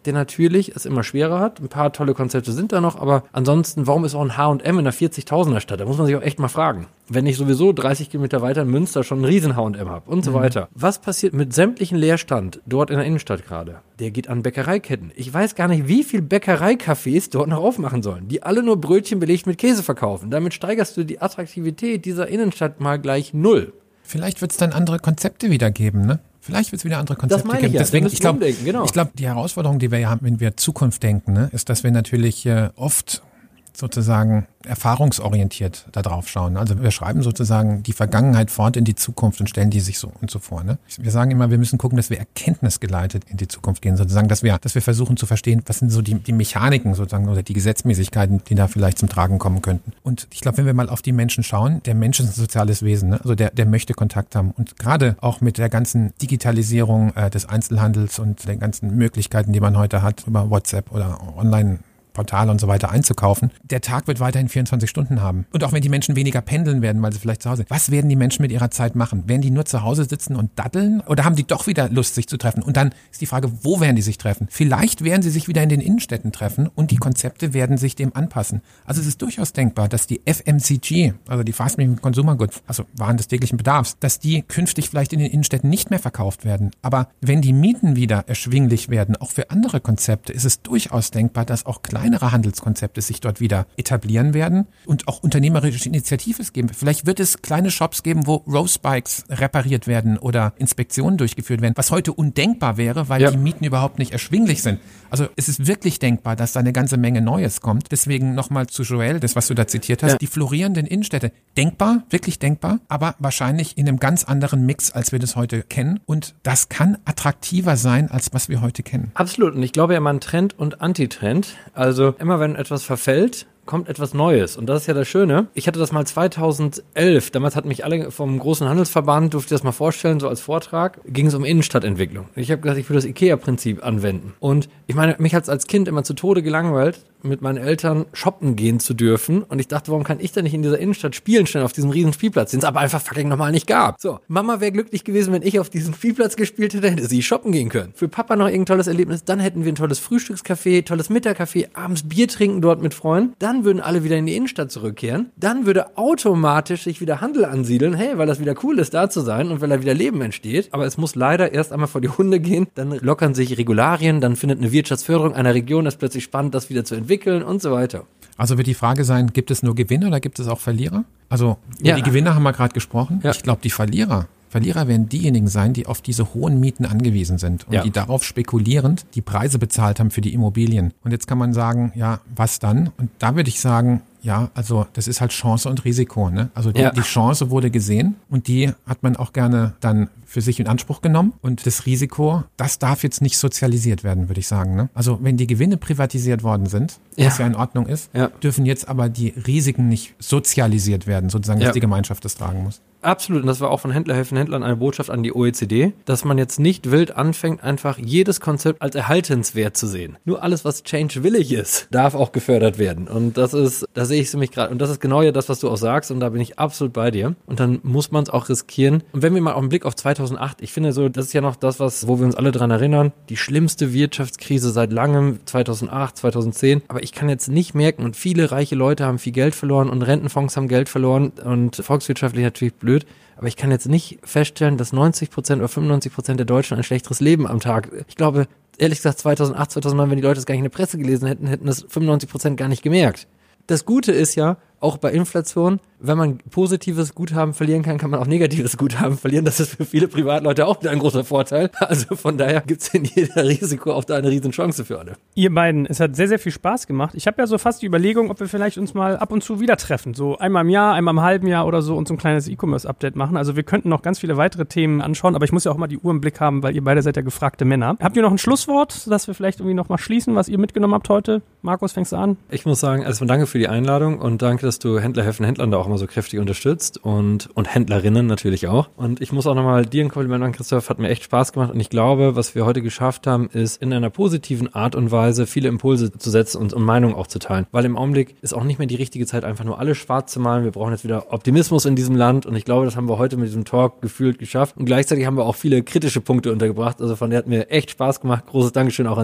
der natürlich es immer schwerer hat. Ein paar tolle Konzepte sind da noch, aber ansonsten, warum ist auch ein H&M in der 40.000er Stadt? Da muss man sich auch echt mal fragen. Wenn ich sowieso 30 Kilometer weiter in Münster schon einen riesen H&M habe und so weiter. Was passiert mit sämtlichen Leerstand dort in der Innenstadt gerade? Der geht an Bäckereiketten. Ich weiß gar nicht, wie viel Bäckereicafés dort noch aufmachen sollen, die alle nur Brötchen belegt mit Käse verkaufen. Damit steigerst du die Attraktivität dieser Innenstadt mal gleich 0. Vielleicht wird es dann andere Konzepte wieder geben, ne? Vielleicht wird es wieder andere Konzepte das meine geben. Ja. Deswegen, ich glaube, genau. die Herausforderung, die wir ja haben, wenn wir Zukunft denken, ne, ist, dass wir natürlich oft sozusagen erfahrungsorientiert da drauf schauen. Also wir schreiben sozusagen die Vergangenheit fort in die Zukunft und stellen die sich so und so vor. Ne? Wir sagen immer, wir müssen gucken, dass wir erkenntnisgeleitet in die Zukunft gehen, sozusagen, dass wir versuchen zu verstehen, was sind so die Mechaniken sozusagen oder die Gesetzmäßigkeiten, die da vielleicht zum Tragen kommen könnten. Und ich glaube, wenn wir mal auf die Menschen schauen, der Mensch ist ein soziales Wesen, ne? Also der möchte Kontakt haben. Und gerade auch mit der ganzen Digitalisierung des Einzelhandels und den ganzen Möglichkeiten, die man heute hat, über WhatsApp oder online Portale und so weiter einzukaufen. Der Tag wird weiterhin 24 Stunden haben. Und auch wenn die Menschen weniger pendeln werden, weil sie vielleicht zu Hause sind. Was werden die Menschen mit ihrer Zeit machen? Werden die nur zu Hause sitzen und daddeln? Oder haben die doch wieder Lust, sich zu treffen? Und dann ist die Frage, wo werden die sich treffen? Vielleicht werden sie sich wieder in den Innenstädten treffen und die Konzepte werden sich dem anpassen. Also es ist durchaus denkbar, dass die FMCG, also die Fast Moving Consumer Goods, also Waren des täglichen Bedarfs, dass die künftig vielleicht in den Innenstädten nicht mehr verkauft werden. Aber wenn die Mieten wieder erschwinglich werden, auch für andere Konzepte, ist es durchaus denkbar, dass auch kleinere Handelskonzepte sich dort wieder etablieren werden und auch unternehmerische Initiativen geben. Vielleicht wird es kleine Shops geben, wo Rose-Bikes repariert werden oder Inspektionen durchgeführt werden, was heute undenkbar wäre, weil die Mieten überhaupt nicht erschwinglich sind. Also es ist wirklich denkbar, dass da eine ganze Menge Neues kommt. Deswegen nochmal zu Joel, das, was du da zitiert hast, die florierenden Innenstädte. Denkbar, wirklich denkbar, aber wahrscheinlich in einem ganz anderen Mix, als wir das heute kennen. Und das kann attraktiver sein, als was wir heute kennen. Absolut. Und ich glaube ja mal an Trend und Antitrend. Also immer wenn etwas verfällt, kommt etwas Neues. Und das ist ja das Schöne. Ich hatte das mal 2011. Damals hatten mich alle vom großen Handelsverband, durfte ich das mal vorstellen, so als Vortrag, ging es um Innenstadtentwicklung. Ich habe gesagt, ich will das IKEA-Prinzip anwenden. Und ich meine, mich hat es als Kind immer zu Tode gelangweilt, mit meinen Eltern shoppen gehen zu dürfen. Und ich dachte, warum kann ich denn nicht in dieser Innenstadt spielen, schnell auf diesem riesen Spielplatz, den es aber einfach fucking nochmal nicht gab. So, Mama wäre glücklich gewesen, wenn ich auf diesem Spielplatz gespielt hätte, hätte sie shoppen gehen können. Für Papa noch irgendein tolles Erlebnis, dann hätten wir ein tolles Frühstückscafé, tolles Mittagcafé, abends Bier trinken dort mit Freunden. Dann würden alle wieder in die Innenstadt zurückkehren. Dann würde automatisch sich wieder Handel ansiedeln, hey, weil das wieder cool ist, da zu sein und weil da wieder Leben entsteht. Aber es muss leider erst einmal vor die Hunde gehen, dann lockern sich Regularien, dann findet eine Wirtschaftsförderung einer Region, das ist plötzlich spannend, das wieder zu entwickeln und so weiter. Also wird die Frage sein, gibt es nur Gewinner oder gibt es auch Verlierer? Also über die Gewinner haben wir gerade gesprochen. Ja. Ich glaube, die Verlierer werden diejenigen sein, die auf diese hohen Mieten angewiesen sind und die darauf spekulierend die Preise bezahlt haben für die Immobilien. Und jetzt kann man sagen, ja, was dann? Und da würde ich sagen, ja, also das ist halt Chance und Risiko. Ne? Also die Chance wurde gesehen und die hat man auch gerne dann für sich in Anspruch genommen. Und das Risiko, das darf jetzt nicht sozialisiert werden, würde ich sagen. Ne? Also wenn die Gewinne privatisiert worden sind, was ja in Ordnung ist, dürfen jetzt aber die Risiken nicht sozialisiert werden, sozusagen, dass die Gemeinschaft das tragen muss. Absolut, und das war auch von Händler helfen Händlern eine Botschaft an die OECD, dass man jetzt nicht wild anfängt, einfach jedes Konzept als erhaltenswert zu sehen. Nur alles, was change-willig ist, darf auch gefördert werden. Und da sehe ich es nämlich gerade. Und das ist genau ja das, was du auch sagst, und da bin ich absolut bei dir. Und dann muss man es auch riskieren. Und wenn wir mal auf den Blick auf 2008, ich finde so, das ist ja noch das, wo wir uns alle dran erinnern, die schlimmste Wirtschaftskrise seit langem, 2008, 2010. Aber ich kann jetzt nicht merken, und viele reiche Leute haben viel Geld verloren und Rentenfonds haben Geld verloren und volkswirtschaftlich natürlich blöd. Aber ich kann jetzt nicht feststellen, dass 90% oder 95% der Deutschen ein schlechteres Leben am Tag. Ich glaube, ehrlich gesagt, 2008, 2009, wenn die Leute es gar nicht in der Presse gelesen hätten, hätten das 95% gar nicht gemerkt. Das Gute ist ja, auch bei Inflation, wenn man positives Guthaben verlieren kann, kann man auch negatives Guthaben verlieren. Das ist für viele Privatleute auch ein großer Vorteil. Also von daher gibt es in jeder Risiko auch da eine riesen Chance für alle. Ihr beiden, es hat sehr, sehr viel Spaß gemacht. Ich habe ja so fast die Überlegung, ob wir vielleicht uns mal ab und zu wieder treffen. So einmal im Jahr, einmal im halben Jahr oder so und so ein kleines E-Commerce-Update machen. Also wir könnten noch ganz viele weitere Themen anschauen, aber ich muss ja auch mal die Uhr im Blick haben, weil ihr beide seid ja gefragte Männer. Habt ihr noch ein Schlusswort, dass wir vielleicht irgendwie noch mal schließen, was ihr mitgenommen habt heute? Markus, fängst du an? Ich muss sagen, erstmal danke für die Einladung und danke, dass du Händler helfen Händlern da auch immer so kräftig unterstützt und Händlerinnen natürlich auch. Und ich muss auch nochmal dir ein Kompliment machen, Christoph, hat mir echt Spaß gemacht und ich glaube, was wir heute geschafft haben, ist in einer positiven Art und Weise viele Impulse zu setzen und Meinungen auch zu teilen. Weil im Augenblick ist auch nicht mehr die richtige Zeit, einfach nur alles schwarz zu malen. Wir brauchen jetzt wieder Optimismus in diesem Land und ich glaube, das haben wir heute mit diesem Talk gefühlt geschafft. Und gleichzeitig haben wir auch viele kritische Punkte untergebracht. Also von der hat mir echt Spaß gemacht. Großes Dankeschön auch an dich.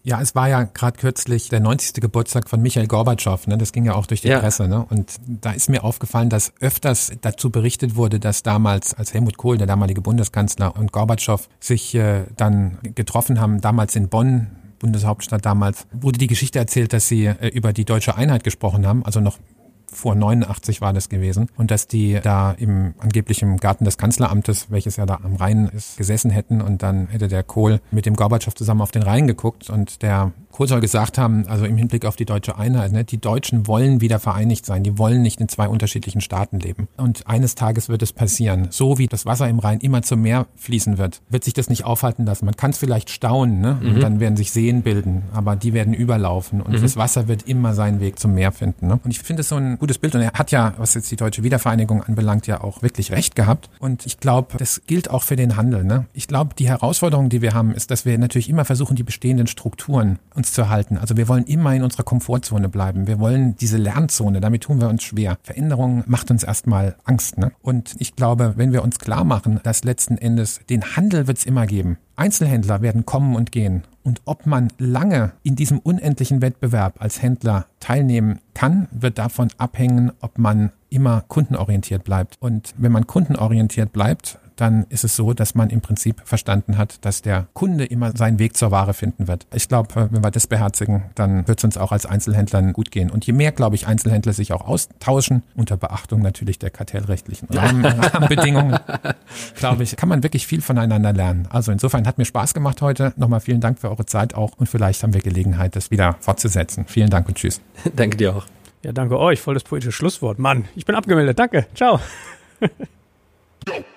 Ja, es war ja gerade kürzlich der 90. Geburtstag von Michail Gorbatschow, ne? Das ging ja auch durch die Presse, ne? Und da ist mir aufgefallen, dass öfters dazu berichtet wurde, dass damals, als Helmut Kohl, der damalige Bundeskanzler, und Gorbatschow sich dann getroffen haben, damals in Bonn, Bundeshauptstadt damals, wurde die Geschichte erzählt, dass sie über die deutsche Einheit gesprochen haben, also noch vor 89 war das gewesen, und dass die da angeblich im Garten des Kanzleramtes, welches ja da am Rhein ist, gesessen hätten, und dann hätte der Kohl mit dem Gorbatschow zusammen auf den Rhein geguckt, und der Kohl soll gesagt haben, also im Hinblick auf die deutsche Einheit, ne, die Deutschen wollen wieder vereinigt sein, die wollen nicht in zwei unterschiedlichen Staaten leben. Und eines Tages wird es passieren. So wie das Wasser im Rhein immer zum Meer fließen wird sich das nicht aufhalten lassen. Man kann es vielleicht stauen, ne? Und dann werden sich Seen bilden, aber die werden überlaufen, und das Wasser wird immer seinen Weg zum Meer finden. Ne? Und ich finde es so ein gutes Bild, und er hat ja, was jetzt die deutsche Wiedervereinigung anbelangt, ja auch wirklich recht gehabt. Und ich glaube, das gilt auch für den Handel. Ne? Ich glaube, die Herausforderung, die wir haben, ist, dass wir natürlich immer versuchen, die bestehenden Strukturen uns zu halten. Also wir wollen immer in unserer Komfortzone bleiben. Wir wollen diese Lernzone, damit tun wir uns schwer. Veränderung macht uns erstmal Angst. Ne? Und ich glaube, wenn wir uns klar machen, dass letzten Endes den Handel wird es immer geben. Einzelhändler werden kommen und gehen. Und ob man lange in diesem unendlichen Wettbewerb als Händler teilnehmen kann, wird davon abhängen, ob man immer kundenorientiert bleibt. Und wenn man kundenorientiert bleibt, dann ist es so, dass man im Prinzip verstanden hat, dass der Kunde immer seinen Weg zur Ware finden wird. Ich glaube, wenn wir das beherzigen, dann wird es uns auch als Einzelhändlern gut gehen. Und je mehr, glaube ich, Einzelhändler sich auch austauschen, unter Beachtung natürlich der kartellrechtlichen Rahmenbedingungen, glaube ich, kann man wirklich viel voneinander lernen. Also insofern hat mir Spaß gemacht heute. Nochmal vielen Dank für eure Zeit auch, und vielleicht haben wir Gelegenheit, das wieder fortzusetzen. Vielen Dank und tschüss. Danke dir auch. Ja, danke euch. Voll das poetische Schlusswort. Mann, ich bin abgemeldet. Danke. Ciao.